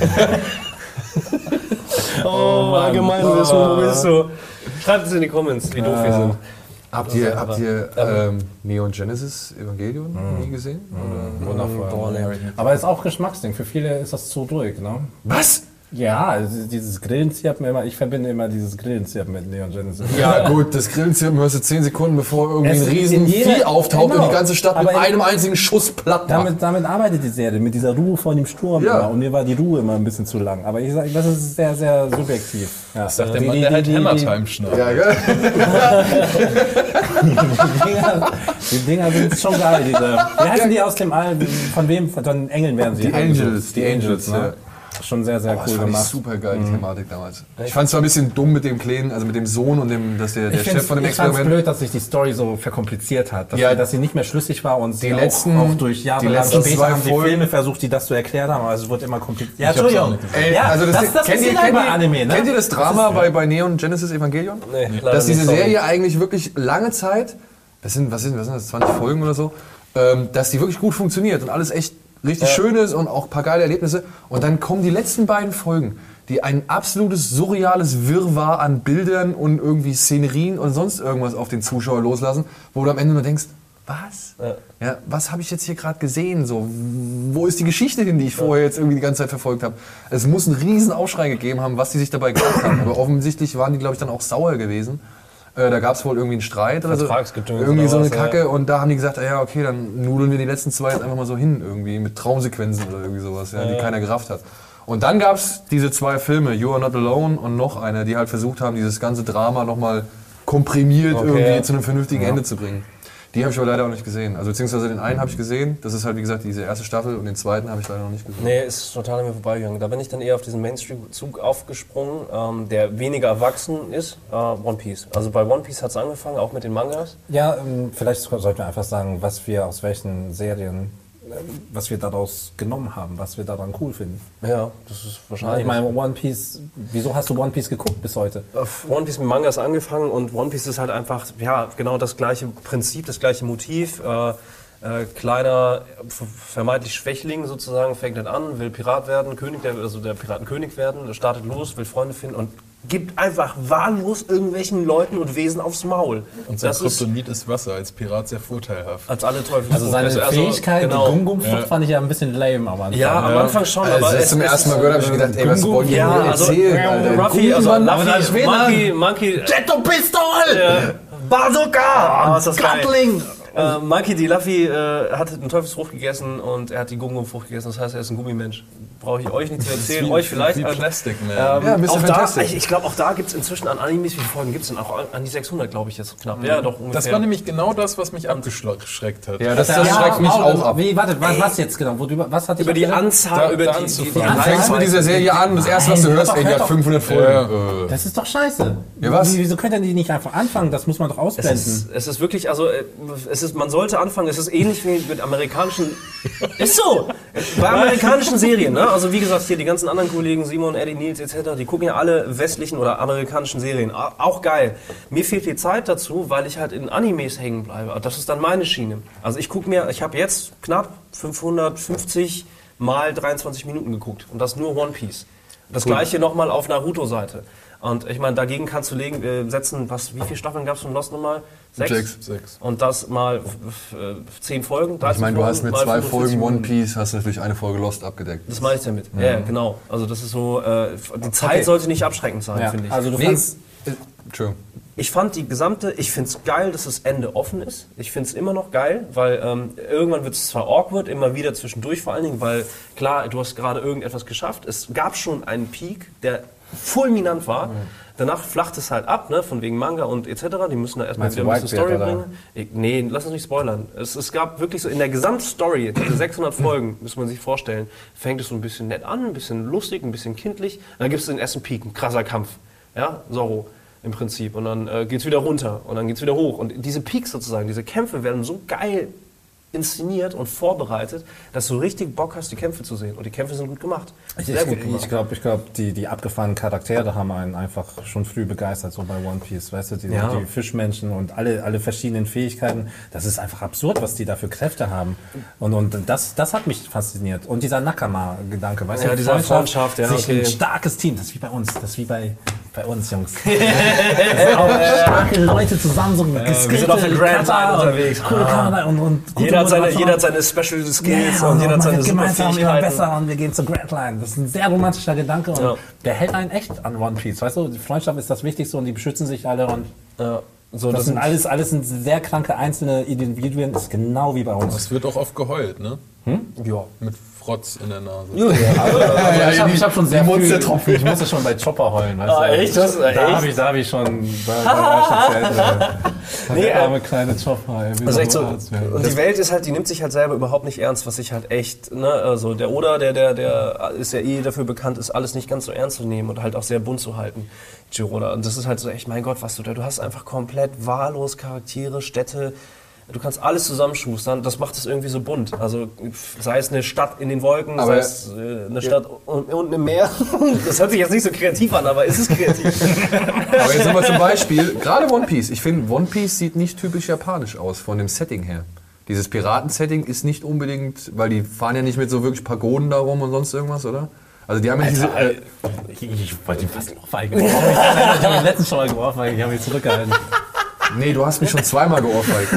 oh, allgemein Wissen, wo bist du? Schreibt es in die Comments, wie doof wir sind. Habt ihr, habt ihr ähm, Neon Genesis Evangelion nie gesehen? Oder? Wundervoll. Boah, nee. Aber ist auch Geschmacksding. Für viele ist das zu durch, ne? Was? Ja, also dieses Grillenzirpen immer, ich verbinde immer dieses Grillenzirpen mit Neon Genesis. Ja gut, das Grillenzirpen hörst du zehn Sekunden, bevor irgendwie Es ein ist riesen in jeder- Vieh auftaucht genau. und die ganze Stadt mit Aber in- einem einzigen Schuss platt macht. Damit, damit arbeitet die Serie, mit dieser Ruhe vor dem Sturm Ja. immer. Und mir war die Ruhe immer ein bisschen zu lang. Aber ich sage, das ist sehr, sehr subjektiv. Ja. Das sagt der Mann, der halt Hammer Time schneidet. Ja, gell? Die Dinger, die Dinger sind schon geil. Diese, wie heißen die aus dem All? Von wem? Von den Engeln werden sie. Die Angels, die Angels, ne? ja. Schon sehr, sehr Oh, das cool fand ich gemacht. super geil, die Thematik damals. Ich fand es zwar ein bisschen dumm mit dem Kleinen, also mit dem Sohn und dem, dass der, der Ich Chef von dem finde es Experiment. blöd, dass sich die Story so verkompliziert hat. Dass, Ja. sie, dass sie nicht mehr schlüssig war und sie letzten- auch, auch durch die Jahre letzten später zwei haben die Folgen- Filme versucht, die das zu erklären haben, aber es wird immer kompliziert. Ja, hab's auch Entschuldigung. nicht gesehen. Ey, Ja, also das, das- das kennt, ist ihr, ja kennt, bei ihr, Anime, ne? kennt ihr das Drama bei, bei Neon Genesis Evangelion? Nee, leider Dass diese nicht, sorry. Serie eigentlich wirklich lange Zeit, das sind, was sind, was sind das, zwanzig Folgen oder so, ähm, dass die wirklich gut funktioniert und alles echt richtig schön ist und auch ein paar geile Erlebnisse. Und dann kommen die letzten beiden Folgen, die ein absolutes surreales Wirrwarr an Bildern und irgendwie Szenerien und sonst irgendwas auf den Zuschauer loslassen, wo du am Ende nur denkst, was? Ja. Ja, was habe ich jetzt hier gerade gesehen? So, wo ist die Geschichte hin, die ich vorher jetzt irgendwie die ganze Zeit verfolgt habe? Es muss einen riesen Aufschrei gegeben haben, was die sich dabei gedacht haben. Aber offensichtlich waren die, glaube ich, dann auch sauer gewesen, Äh, da gab es wohl irgendwie einen Streit oder so. Vertragsgedöns Irgendwie oder so eine was, Kacke. ja. Und da haben die gesagt, ja okay, dann nudeln wir die letzten zwei jetzt einfach mal so hin irgendwie mit Traumsequenzen oder irgendwie sowas, ja, die Ja. keiner gerafft hat. Und dann gab es diese zwei Filme, You Are Not Alone und noch eine, die halt versucht haben, dieses ganze Drama nochmal komprimiert Okay. irgendwie zu einem vernünftigen Ende zu bringen. Die habe ich aber leider auch nicht gesehen. Also beziehungsweise den einen habe ich gesehen, das ist halt wie gesagt diese erste Staffel, und den zweiten habe ich leider noch nicht gesehen. Nee, ist total an mir vorbeigegangen. Da bin ich dann eher auf diesen Mainstream-Zug aufgesprungen, ähm, der weniger erwachsen ist, äh, One Piece. Also bei One Piece hat es angefangen, auch mit den Mangas. Ja, ähm, vielleicht sollten wir einfach sagen, was wir aus welchen Serien, ähm, was wir daraus genommen haben, was wir daran cool finden. Ja, das ist wahrscheinlich. Ich meine, One Piece, wieso hast du One Piece geguckt bis heute? Auf One Piece mit Mangas angefangen und One Piece ist halt einfach, ja, genau das gleiche Prinzip, das gleiche Motiv. Äh, äh, kleiner, f- vermeintlich Schwächling sozusagen, fängt dann an, will Pirat werden, König, der, also der Piratenkönig werden, startet los, will Freunde finden und gibt einfach wahllos irgendwelchen Leuten und Wesen aufs Maul. Und sein das ist Kryptonit ist Wasser, als Pirat sehr vorteilhaft. als alle Teufel. Also seine Fähigkeit, genau. die Gum-Gum-Flucht, fand ich ja ein bisschen lame am Anfang. Ja, am Anfang schon, Als aber ich das zum ersten Mal gehört habe, habe ich gedacht, ey, was wollen die ja, mir also, erzählen, Alter? Ruffy, also Gummimann, Luffy, aber dann später- Monkey, Monkey, Jetto-Pistol! äh, Bazooka! Ah, ist das geil. Gatling! Äh, Monkey D. Luffy äh, hat eine Teufelsfrucht gegessen und er hat die Gum-Gum-Frucht gegessen. Das heißt, er ist ein Gummimensch. Brauche ich euch nicht zu erzählen, wie- euch vielleicht. wie äh, Plastic Man. Ähm, Ja, Mister auch da, Fantastic. ich, ich glaube, auch da gibt es inzwischen an Animes, wie viele Folgen gibt es denn? Auch an die sechshundert, glaube ich jetzt knapp. Ja, doch ungefähr. Das war nämlich genau das, was mich abgeschreckt hat. Ja, das, das Ja, schreckt mich auch ab. Wie, warte, was, was jetzt genau? Wo, du, was hat dich über die abgeschreckt? Anzahl, Da- über da die, die, die, anzufangen. Du fängst mit dieser Serie an und das erste, was du Nein, hörst, hör ey, die doch, hat hör fünfhundert Folgen. Äh. Das ist doch scheiße. Ja, was? Wie, wieso könnt ihr die nicht einfach anfangen? Das muss man doch Es ausblenden. ist, es ist wirklich, also äh, es ist, man sollte anfangen, es ist ähnlich wie mit amerikanischen, ist so, bei amerikanischen Serien, ne? Also wie gesagt, hier die ganzen anderen Kollegen, Simon, Eddie, Nils et cetera, die gucken ja alle westlichen oder amerikanischen Serien, A- auch geil. Mir fehlt die Zeit dazu, weil ich halt in Animes hängen bleibe. Das ist dann meine Schiene. Also ich gucke mir, ich habe jetzt knapp fünfhundertfünfzig mal dreiundzwanzig Minuten geguckt und das nur One Piece. Das gleiche nochmal auf Naruto-Seite. Und ich meine, dagegen kannst du legen, äh, setzen, was, wie viele Staffeln gab es von Lost nochmal? Sechs? Sechs. Sechs. Und das mal f- f- zehn Folgen, Ich dreizehn meine, du hast Folgen, mit mal zwei fünfundvierzig Folgen One Minuten. Piece, hast du natürlich eine Folge Lost abgedeckt. Das meine ich damit. Ja, ja, genau. Also das ist so, äh, die Zeit Okay. sollte nicht abschreckend sein, Ja, finde ich. also du Nee, fandst, äh, Entschuldigung. Ich fand die gesamte, ich finde es geil, dass das Ende offen ist. Ich finde es immer noch geil, weil ähm, irgendwann wird es zwar awkward, immer wieder zwischendurch vor allen Dingen, weil klar, du hast gerade irgendetwas geschafft. Es gab schon einen Peak, der fulminant war. Mhm. Danach flacht es halt ab, ne, von wegen Manga und et cetera. Die müssen da erstmal Meinst wieder du ein bisschen Whitebeard, Story oder? bringen. Ich, nee, lass uns nicht spoilern. Es, es gab wirklich so in der Gesamtstory, diese sechshundert Folgen, muss man sich vorstellen, fängt es so ein bisschen nett an, ein bisschen lustig, ein bisschen kindlich. Dann gibt es den ersten Peak, ein krasser Kampf. Ja, Zorro im Prinzip. Und dann äh, geht es wieder runter und dann geht es wieder hoch. Und diese Peaks sozusagen, diese Kämpfe werden so geil inszeniert und vorbereitet, dass du richtig Bock hast, die Kämpfe zu sehen. Und die Kämpfe sind gut gemacht. ich, Sehr ich, gut ich gemacht. glaube, ich glaub, die, die abgefahrenen Charaktere haben einen einfach schon früh begeistert, so bei One Piece. Weißt du, die, Ja. die Fischmenschen und alle, alle verschiedenen Fähigkeiten. Das ist einfach absurd, was die da für Kräfte haben. Und, und das, das hat mich fasziniert. Und dieser Nakama-Gedanke, weißt Ja, du, dieser Freundschaft, ja, sich okay. ein starkes Team, das ist wie bei uns, das ist wie bei, bei uns, Jungs. Das auch starke Leute zusammen, so wir sind auf der Grand Line unterwegs. Coole Kamera und, und gute Jeder hat, seine, Moderation. jeder hat seine Special Skills Ja, und jeder hat man seine wird gemeinsam immer Superfähigkeiten. besser und wir gehen zur Grand Line. Das ist ein sehr romantischer Gedanke und Ja. der hält einen echt an One Piece. Weißt du, die Freundschaft ist das Wichtigste und die beschützen sich alle und Ja, so, das, das sind sind alles, alles sind sehr kranke einzelne Individuen. Das ist genau wie bei uns. Es wird auch oft geheult, ne? ja. Mit Frotz in der Nase. Also ich habe ich hab schon sehr die viel, Monstertropfen. ich musste schon bei Chopper heulen. Weißt Ah, du? echt? Das- da echt? habe ich, da hab ich schon, da, da war ich schon zu Ende. Nee, Der äh, arme kleine Chopper. Ey, wie Das ist soll echt so. man Arzt werden? Und die Welt ist halt, die nimmt sich halt selber überhaupt nicht ernst, was ich halt echt, ne, also der Oda, der, der, der ist ja eh dafür bekannt, ist alles nicht ganz so ernst zu nehmen und halt auch sehr bunt zu halten, Giroda. Und das ist halt so echt, mein Gott, was du da, du hast einfach komplett wahllos Charaktere, Städte, du kannst alles zusammenschustern, das macht es irgendwie so bunt. Also sei es eine Stadt in den Wolken, Aber- sei es äh, eine Stadt unten un, im Meer. Das hört sich jetzt nicht so kreativ an, aber ist es kreativ. Aber jetzt nochmal zum Beispiel, gerade One Piece. Ich finde, One Piece sieht nicht typisch japanisch aus, von dem Setting her. Dieses Piraten-Setting ist nicht unbedingt, weil die fahren ja nicht mit so wirklich Pagoden da rum und sonst irgendwas, oder? Also die haben ja diese... Äh, Ich, ich wollte ihn fast ohrfeigen. Ich habe ihn letztens schon mal geohrfeigt, ich habe ihn zurückgehalten. nee, du hast mich schon zweimal geohrfeigt.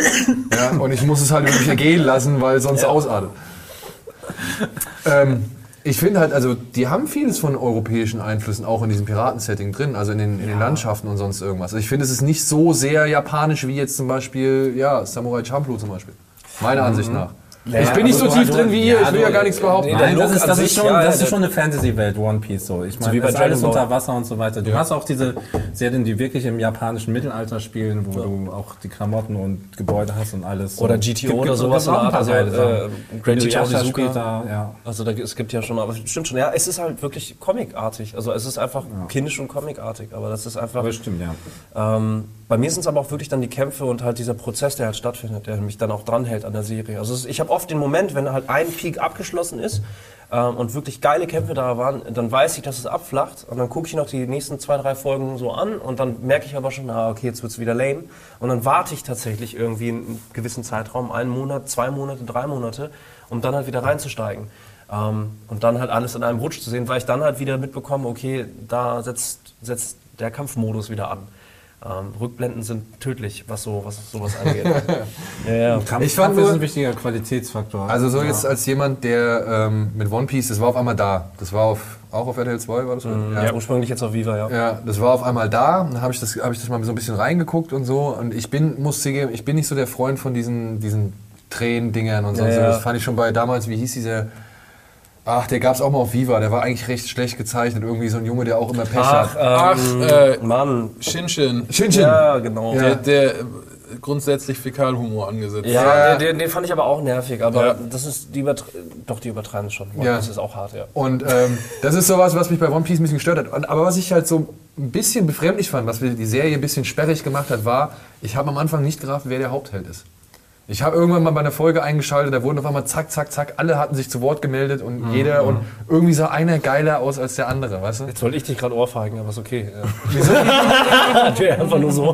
Ja, und ich muss es halt wirklich ergehen lassen, weil sonst ausartet. Ähm, Ich finde halt, also die haben vieles von europäischen Einflüssen auch in diesem Piratensetting drin, also in den, in den Landschaften und sonst irgendwas. Also ich finde, es ist nicht so sehr japanisch wie jetzt zum Beispiel, ja, Samurai Champloo zum Beispiel. Meiner mhm. Ansicht nach. Ja, ich bin nicht so tief du, drin wie ihr, ja, ich will ja gar nichts behaupten. Nein, das ist, das ist schon, ja, das ist schon eine Fantasy-Welt, One Piece. So. Ich meine, so das ist alles unter Wasser und so weiter. Du ja. hast auch diese Serien, die wirklich im japanischen Mittelalter spielen, wo ja. du auch die Klamotten und Gebäude hast und alles. Oder G T O oder sowas. Also, äh, Great G T O später, ja. Also da, es gibt ja schon, aber es stimmt schon. Ja, es ist halt wirklich comicartig. Also es ist einfach ja. kindisch und comicartig, aber das ist einfach... Das stimmt, ja. Ähm, bei mir sind es aber auch wirklich dann die Kämpfe und halt dieser Prozess, der halt stattfindet, der mich dann auch dranhält an der Serie. Also es, ich habe oft den Moment, wenn halt ein Peak abgeschlossen ist ähm, und wirklich geile Kämpfe da waren, dann weiß ich, dass es abflacht und dann gucke ich noch die nächsten zwei, drei Folgen so an und dann merke ich aber schon, ah, okay, jetzt wird es wieder lame und dann warte ich tatsächlich irgendwie einen gewissen Zeitraum, einen Monat, zwei Monate, drei Monate, um dann halt wieder reinzusteigen. Ähm, und dann halt alles in einem Rutsch zu sehen, weil ich dann halt wieder mitbekomme, okay, da setzt, setzt der Kampfmodus wieder an. Ähm, Rückblenden sind tödlich, was so was sowas angeht. ja, ja. Kampf, ich fand, das ist ein wichtiger Qualitätsfaktor. Also so ja. jetzt als jemand, der ähm, mit One Piece, das war auf einmal da. Das war auf, auch auf R T L zwei, war das? Mhm, ja. ja, ursprünglich jetzt auf Viva, ja. Ja, das war auf einmal da. Dann habe ich, das, hab ich das mal so ein bisschen reingeguckt und so. Und ich bin, muss zugeben, ich bin nicht so der Freund von diesen, diesen Tränendingern und so. Ja, ja. Das fand ich schon bei damals, wie hieß dieser... Ach, der gab's auch mal auf Viva, der war eigentlich recht schlecht gezeichnet. Irgendwie so ein Junge, der auch immer Pech Ach, hat. Ach, ähm, äh, Mann. Shinshin. Shinshin. Ja, genau. Der, der grundsätzlich Fäkalhumor angesetzt. Ja, ja. Den, den fand ich aber auch nervig, aber ja. das ist, die übertre- doch, die übertreiben es schon. Ja. Das ist auch hart, ja. Und ähm, das ist sowas, was mich bei One Piece ein bisschen gestört hat. Und, aber was ich halt so ein bisschen befremdlich fand, was die Serie ein bisschen sperrig gemacht hat, war, ich habe am Anfang nicht gerafft, wer der Hauptheld ist. Ich habe irgendwann mal bei einer Folge eingeschaltet, da wurden auf einmal zack, zack, zack, alle hatten sich zu Wort gemeldet und mhm. jeder und irgendwie sah einer geiler aus als der andere, weißt du? Jetzt wollte ich dich gerade ohrfeigen, aber ist okay. Ja. Wieso? Einfach nur so.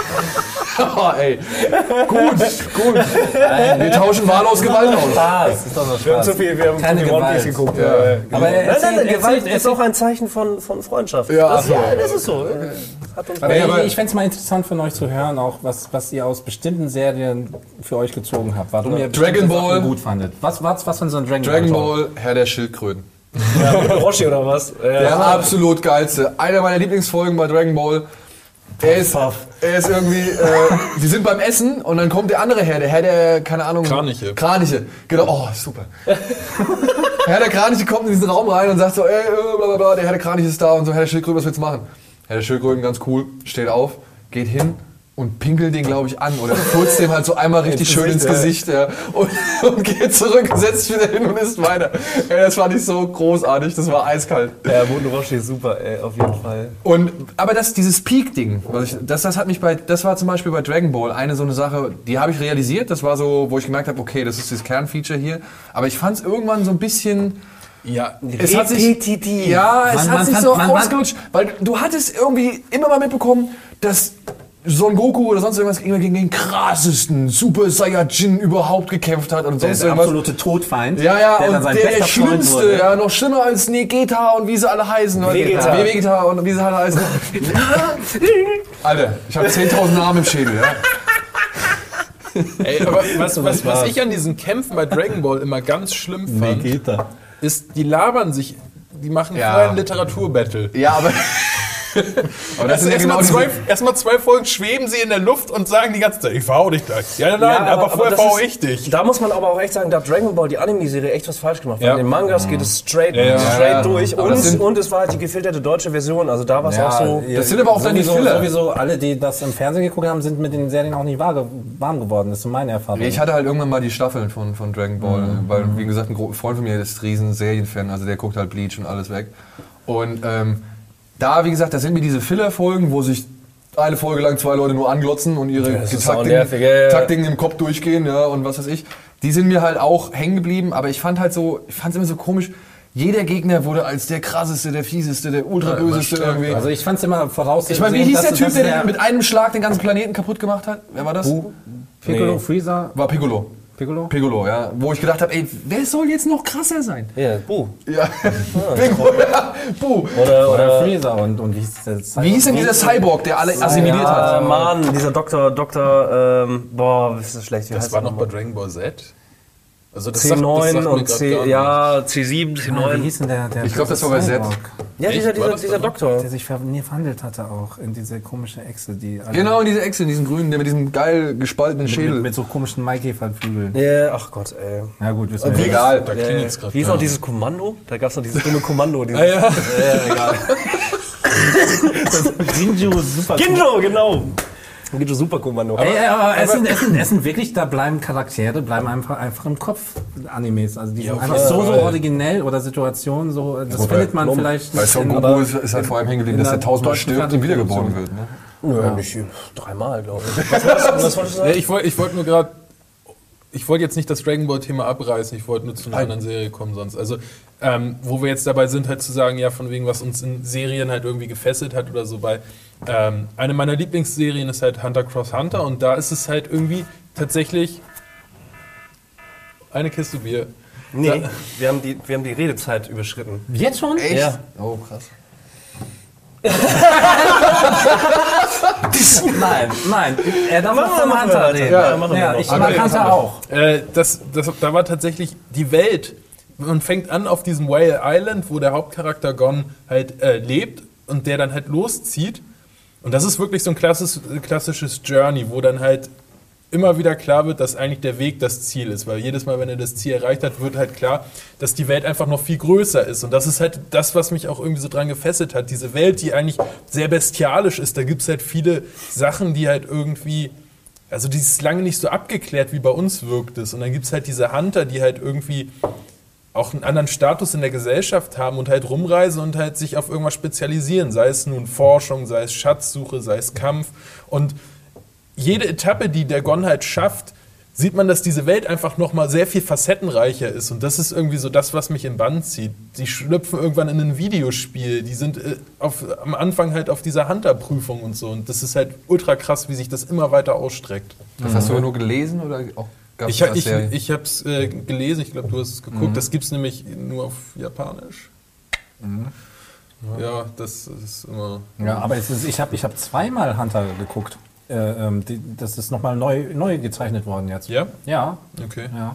Oh, ey. Gut, gut. Wir tauschen Wahl aus Gewalt aus. Spaß. Ist doch noch Spaß. Wir haben zu viel, wir haben keine zu viel One Piece geguckt. Ja. Ja. Aber nein, nein, nein, Gewalt ist auch ein Zeichen von, von Freundschaft. Ja, das, ja, das ist so. Hat uns aber ich ich fände es mal interessant von euch zu hören, auch was, was ihr aus bestimmten Serien für euch gezogen habt. Warum ihr Dragon Ball gut fandet. Was war was von so einem Dragon, Dragon Ball? Dragon Ball, Herr der Schildkröten. Ja, mit Roshi oder was? Ja. Der absolut geilste. Einer meiner Lieblingsfolgen bei Dragon Ball. Er ist, er ist irgendwie, äh, wir sind beim Essen und dann kommt der andere Herr, der Herr der, keine Ahnung... Kraniche. Kraniche, genau, oh, super. Herr der Kraniche kommt in diesen Raum rein und sagt so, ey, bla bla bla, der Herr der Kraniche ist da und so, Herr der Schildkröten, was willst du machen? Herr der Schildkröten, ganz cool, steht auf, geht hin und pinkelt den, glaube ich, an oder furzt dem halt so einmal richtig schön ins Gesicht, ja, und, und geht zurück, setzt sich wieder hin und isst weiter. Ey, das fand ich so großartig, das war eiskalt. Ja, Boden Roshi ist super, ey, auf jeden Fall. Und, aber das, dieses Peak-Ding, was ich, das, das hat mich bei, das war zum Beispiel bei Dragon Ball eine so eine Sache, die habe ich realisiert, das war so, wo ich gemerkt habe, okay, das ist das Kernfeature hier, aber ich fand es irgendwann so ein bisschen... Ja, es hat sich, ja, es man, hat man sich fand, so man, ausgelutscht, weil du hattest irgendwie immer mal mitbekommen, dass Son Goku oder sonst irgendwas immer gegen den krassesten Super Saiyajin überhaupt gekämpft hat und sonst der irgendwas. absolute Todfeind. Ja, ja, der und der, der schlimmste, ja, noch schlimmer als Negeta und wie sie alle heißen. Vegeta. Vegeta und wie sie alle heißen. Alter, ich habe zehntausend Namen im Schädel, ja. Ey, aber was, was, was ich an diesen Kämpfen bei Dragon Ball immer ganz schlimm fand, Vegeta. ist, die labern sich, die machen ja. vorher ein Literaturbattle. Ja, aber... Aber das sind ja genau zwei, erstmal zwei Folgen schweben sie in der Luft und sagen die ganze Zeit, ich verhau dich gleich. Ja, nein, ja, aber, aber vorher verhau ich dich. Da muss man aber auch echt sagen, da hat Dragon Ball, die Anime-Serie, echt was falsch gemacht. Ja. In den Mangas geht es straight, ja, straight ja. durch. Und, und es war halt die gefilterte deutsche Version. Also da war es ja, auch so. Das sind aber auch dann die Filler. Sowieso alle, die das im Fernsehen geguckt haben, sind mit den Serien auch nicht warm geworden. Das ist so meine Erfahrung. Ich hatte halt irgendwann mal die Staffeln von, von Dragon Ball. Mhm. Weil, wie gesagt, ein Freund von mir ist riesen Serienfan. Also der guckt halt Bleach und alles weg. Und ähm, da, wie gesagt, da sind mir diese Filler-Folgen, wo sich eine Folge lang zwei Leute nur anglotzen und ihre ja, Taktiken, nervig, ja, ja. Taktiken im Kopf durchgehen, ja, und was weiß ich. Die sind mir halt auch hängen geblieben, aber ich fand halt so, ich fand es immer so komisch. Jeder Gegner wurde als der krasseste, der fieseste, der ultraböseste ja, irgendwie. Also ich fand es immer voraus. Ich meine, wie hieß der Typ, der, der mit einem Schlag den ganzen Planeten kaputt gemacht hat? Wer war das? Uh, Piccolo, nee. Freezer. War Piccolo. Piccolo? Piccolo, ja. Wo ich gedacht habe, ey, wer soll jetzt noch krasser sein? Ja, Bu. Ja, Piccolo, ja, Bu. Oder, oder Freezer und, und wie hieß der Cyborg? Wie hieß denn dieser Cyborg, der alle assimiliert ja, hat? Mann, dieser Doktor, Doktor, ähm, boah, ist das schlecht. Wie das heißt war noch bei Dragon Ball Z? Also das C sagt- das neun sagt mir und grad C, gar ja, C sieben, C Ah, wie neun. hieß denn der? der Ich glaube, das war bei Z. Ja, dieser, Echt? War dieser, das dieser da? Doktor. Der sich ver nee, verhandelt hatte auch in diese komische Echse, die alle Genau, in diese Echse, in diesen grünen, der mit diesem geil gespaltenen mit, Schädel. mit, mit so komischen Maikäferflügeln. Ja, ach Gott, ey. Na gut, wissen wir. Egal. Da klingelt's gerade. Wie ist auch dieses Kommando? Da gab es noch dieses dumme Kommando. Dieses, Ah, ja. ja, egal. Ginju, super. Ginjo, genau. Ginjo Superkommando. Ey, aber es sind, es, sind, es sind wirklich, da bleiben Charaktere, bleiben einfach, einfach im Kopf Animes. Also die sind auf einfach jeden so, so Fall. originell oder Situationen, so, das Wobei- findet man vielleicht Bei Son in- Goku ist, ist halt vor allem hängen geblieben, in dass der er tausendmal deutschen stirbt und wiedergeboren wird. Ne? Ja, nicht dreimal, glaube ich. Was wolltest du, was wolltest du Ja, sagen? ich wollte ich wollt nur gerade, ich wollte jetzt nicht das Dragon Ball Thema abreißen, ich wollte nur zu einer anderen Serie kommen sonst. Also, ähm, wo wir jetzt dabei sind, halt zu sagen, ja, von wegen, was uns in Serien halt irgendwie gefesselt hat oder so. Bei ähm, eine meiner Lieblingsserien ist halt Hunter Cross Hunter und da ist es halt irgendwie tatsächlich eine Kiste Bier. Nee, wir haben, die, wir haben die Redezeit überschritten. Jetzt schon? Echt? Ja. Oh, krass. Nein, nein. Er darf Machen noch wir, vom machen Hunter wir. reden. Ja, machen wir Ja, noch. ich Okay, mag machen Hunter wir. auch. Äh, das, das, da war tatsächlich die Welt. Man fängt an auf diesem Whale Island, wo der Hauptcharakter Gon halt äh, lebt und der dann halt loszieht. Und das ist wirklich so ein klassisches, klassisches Journey, wo dann halt immer wieder klar wird, dass eigentlich der Weg das Ziel ist. Weil jedes Mal, wenn er das Ziel erreicht hat, wird halt klar, dass die Welt einfach noch viel größer ist. Und das ist halt das, was mich auch irgendwie so dran gefesselt hat. Diese Welt, die eigentlich sehr bestialisch ist, da gibt es halt viele Sachen, die halt irgendwie... Also die ist lange nicht so abgeklärt, wie bei uns wirkt es. Und dann gibt es halt diese Hunter, die halt irgendwie auch einen anderen Status in der Gesellschaft haben und halt rumreisen und halt sich auf irgendwas spezialisieren. Sei es nun Forschung, sei es Schatzsuche, sei es Kampf. Und jede Etappe, die der Gon halt schafft, sieht man, dass diese Welt einfach nochmal sehr viel facettenreicher ist. Und das ist irgendwie so das, was mich in Bann zieht. Die schlüpfen irgendwann in ein Videospiel. Die sind äh, auf, am Anfang halt auf dieser Hunter-Prüfung und so. Und das ist halt ultra krass, wie sich das immer weiter ausstreckt. Das hast du ja nur gelesen oder auch gab Ich, es ha- als ich, Serie? ich habe es äh, gelesen, ich glaube, du hast es geguckt. Das gibt es nämlich nur auf Japanisch. Ja, das ist immer... Ja, aber es ist, ich habe ich hab zweimal Hunter geguckt. Äh, ähm, die, das ist nochmal neu, neu gezeichnet worden jetzt. Ja? Ja. Okay. Ja.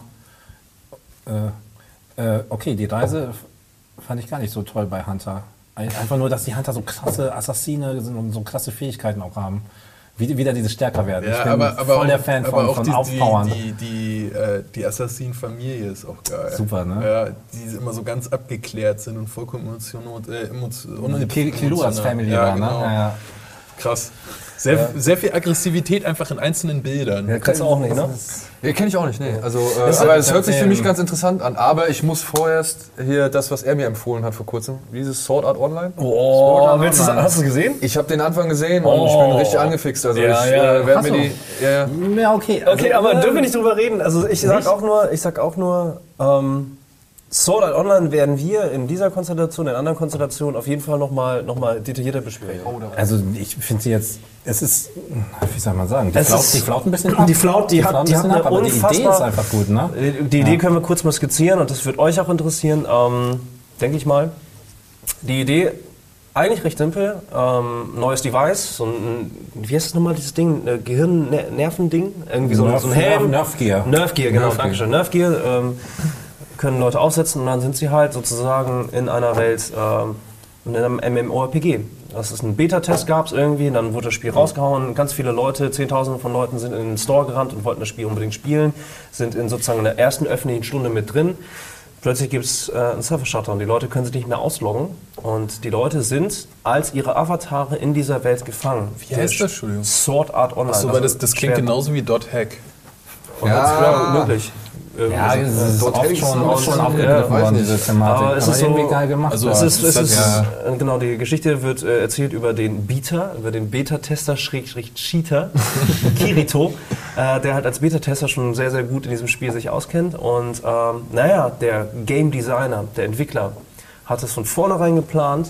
Äh, äh, okay, die Reise f- fand ich gar nicht so toll bei Hunter. Ein- Einfach nur, dass die Hunter so krasse Assassine sind und so krasse Fähigkeiten auch haben. Wie, wieder dieses stärker werden. ich bin voll der Fan von, von die, Aufpowern. Die, die, die, äh, die Assassin-Familie ist auch geil. Super, ne? Ja, die immer so ganz abgeklärt sind und vollkommen emotional. Äh, emotion, Die Ki- Kiluas Family ja, da, ne? genau. Ja, ja. Krass. Sehr, sehr viel Aggressivität einfach in einzelnen Bildern. Ja, kannst du auch nicht, ne? Ja, kenne ich auch nicht, nee. Also, äh, ist- aber es hört sich ähm, für mich ganz interessant an. Aber ich muss vorerst hier das, was er mir empfohlen hat vor kurzem, dieses Sword Art Online. Oh, Art willst du's, Online. hast du gesehen? Ich habe den Anfang gesehen und Oh. ich bin richtig angefixt. Also Ja, ich ja. äh, werde Ach mir so. die... Ja, ja. Ja, okay. Also, Okay, aber äh, dürfen wir nicht drüber reden? Also ich sag Nicht? auch nur, ich sag auch nur, ähm, Sword Art Online werden wir in dieser Konstellation, in anderen Konstellationen auf jeden Fall nochmal noch mal detaillierter besprechen. Also ich finde sie jetzt, es ist, wie soll man sagen, die, Es flaut, ist- die flaut ein bisschen ab. Die flaut, die hat- flaut ein die hat bisschen eine ab, aber die Idee unfassbar- ist einfach gut, ne? Die Idee können wir kurz mal skizzieren und das wird euch auch interessieren, ähm, denke ich mal. Die Idee, eigentlich recht simpel, ähm, neues Device, so ein, wie heißt das nochmal, dieses Ding, äh, Gehirn-Nerven-Ding? Irgendwie so, Nerf- so ein Helm. Nerf Gear. Nerf Gear, genau, Nerf Gear. danke schön. Nerf Gear ähm, können Leute aufsetzen und dann sind sie halt sozusagen in einer Welt, ähm, in einem MMORPG. Das ist ein Beta-Test, gab es irgendwie, dann wurde das Spiel rausgehauen. Ganz viele Leute, Zehntausende von Leuten sind in den Store gerannt und wollten das Spiel unbedingt spielen, sind in sozusagen in der ersten öffentlichen Stunde mit drin. Plötzlich gibt es äh, einen Server-Shutdown. Die Leute können sich nicht mehr ausloggen und die Leute sind als ihre Avatare in dieser Welt gefangen. Wie heißt das, Entschuldigung? Sword Art Online. Achso, weil das, das klingt Schwert. genauso wie Dot Hack. Und Ja. das ist ja möglich. Ja, es ist Dort oft hält schon, es oft schon- schon ja, aufgegriffen weiß worden, nicht. diese Thematik. Aber es ist so, irgendwie geil gemacht. also es worden. ist, es das ist, hat äh, genau, die Geschichte wird äh, erzählt über den Beta, über den Beta-Tester Schrägstrich Cheater, Kirito, äh, der halt als Beta-Tester schon sehr, sehr gut in diesem Spiel sich auskennt. Und ähm, naja, der Game Designer, der Entwickler, hat es von vornherein geplant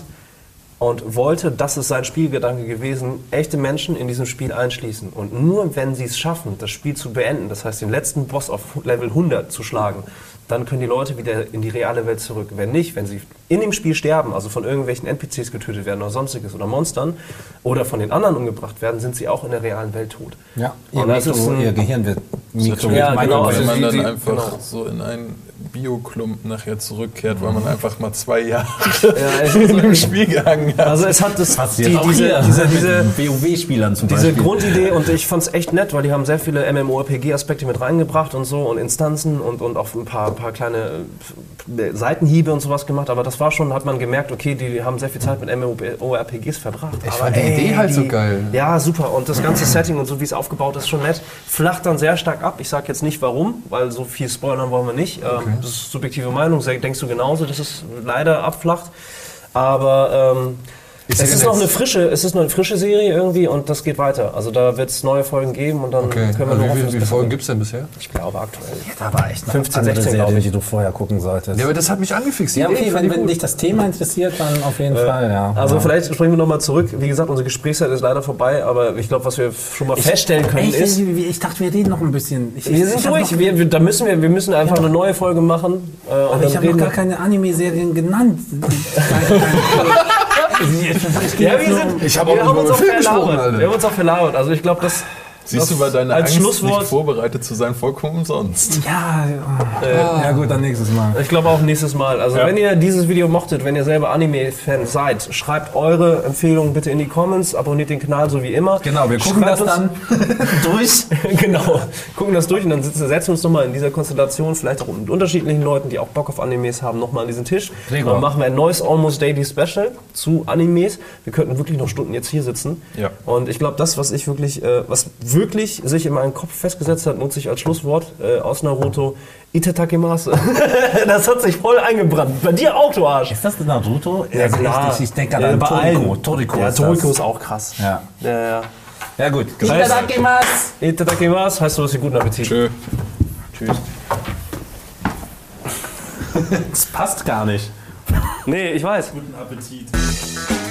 und wollte, das ist sein Spielgedanke gewesen, echte Menschen in diesem Spiel einschließen. Und nur wenn sie es schaffen, das Spiel zu beenden, das heißt den letzten Boss auf Level hundert zu schlagen, dann können die Leute wieder in die reale Welt zurück. Wenn nicht, wenn sie in dem Spiel sterben, also von irgendwelchen N P Cs getötet werden oder sonstiges oder Monstern oder von den anderen umgebracht werden, sind sie auch in der realen Welt tot. Ja, Und ihr, das ist Mikro, ein- ihr Gehirn wird Mikro. Ja, Ja, genau, wenn also man die- dann die- einfach genau. so in einen Bioklump nachher zurückkehrt, weil man einfach mal zwei Jahre Ja, es ist in so- dem Spiel gehangen hat. Also es hat das, Passiert die, auch diese, hier diese, mit diese, den WoW-Spielern zum diese Beispiel. Grundidee, und ich fand es echt nett, weil die haben sehr viele MMORPG-Aspekte mit reingebracht und so und Instanzen und, und auch ein paar, paar kleine äh, Seitenhiebe und sowas gemacht, aber das war schon, hat man gemerkt, okay, die haben sehr viel Zeit mit MMORPGs verbracht. Ich aber fand die Idee halt so geil. Ja, super, und das ganze Setting und so, wie es aufgebaut ist, schon nett. Flacht dann sehr stark ab, ich sag jetzt nicht warum, weil so viel spoilern wollen wir nicht. Ähm, das ist subjektive Meinung, denkst du genauso, dass es leider abflacht, aber ähm, Ist es sie ist denn noch eine jetzt- frische, es ist noch eine frische Serie irgendwie und das geht weiter. Also da wird es neue Folgen geben und dann Okay. können wir Also nur wie hoffen, viele dass wie viele es Folgen besser gibt es denn bisher? wird. Ich glaube aktuell. Da war echt noch fünfzehn, andere sechzehn, glaub Serien, ich. die du vorher gucken solltest. Ja, aber das hat mich angefixt. Die Ja, Idee okay, fand wenn, ich wenn gut. dich das Thema interessiert, dann auf jeden Fall, ja. Also ja. vielleicht springen wir nochmal zurück. Wie gesagt, unsere Gesprächszeit ist leider vorbei, aber ich glaube, was wir schon mal feststellen können Echt, ist, ich, ich dachte, wir reden noch ein bisschen. Ich, wir sind ich hab durch. Noch, Wir, wir, da müssen wir, wir müssen einfach eine neue Folge machen. Äh, und aber dann ich habe noch reden gar wir- keine Anime-Serien genannt. Ja, wir sind. Ich hab auch wir nicht haben mal uns über auch Film gesprochen, verlabert. Alter. Wir haben uns auch verlabert. Also ich glaube, das. Siehst das du, bei deiner als Angst, Schlusswort. nicht vorbereitet zu sein, vollkommen umsonst. ja, ja. ja, gut, dann nächstes Mal. Ich glaube auch nächstes Mal. Also wenn ihr dieses Video mochtet, wenn ihr selber Anime-Fan seid, schreibt eure Empfehlungen bitte in die Comments, abonniert den Kanal so wie immer. Genau, wir gucken Schreibt das uns- dann durch. Genau, gucken das durch und dann sitzen, setzen wir uns nochmal in dieser Konstellation, vielleicht auch mit unterschiedlichen Leuten, die auch Bock auf Animes haben, nochmal an diesen Tisch. Gregor. Dann machen wir ein neues Almost Daily Special zu Animes. Wir könnten wirklich noch Stunden jetzt hier sitzen. Ja. Und ich glaube, das, was ich wirklich, äh, was wirklich sich in meinem Kopf festgesetzt hat, nutze ich als Schlusswort äh, aus Naruto. Itadakimasu. Das hat sich voll eingebrannt. Bei dir auch, du Arsch. Ist das Naruto? Ja, Also klar. Ich, ich denke Ja, an bei Toriko. allen. Toriko Ja, ist Toriko das. ist auch krass. Ja. Ja, ja. Ja, gut. Heißt- Itadakimasu. Itadakimasu heißt so was wie guten Appetit. Tschö. Tschüss. Das passt gar nicht. Nee, ich weiß. Guten Appetit.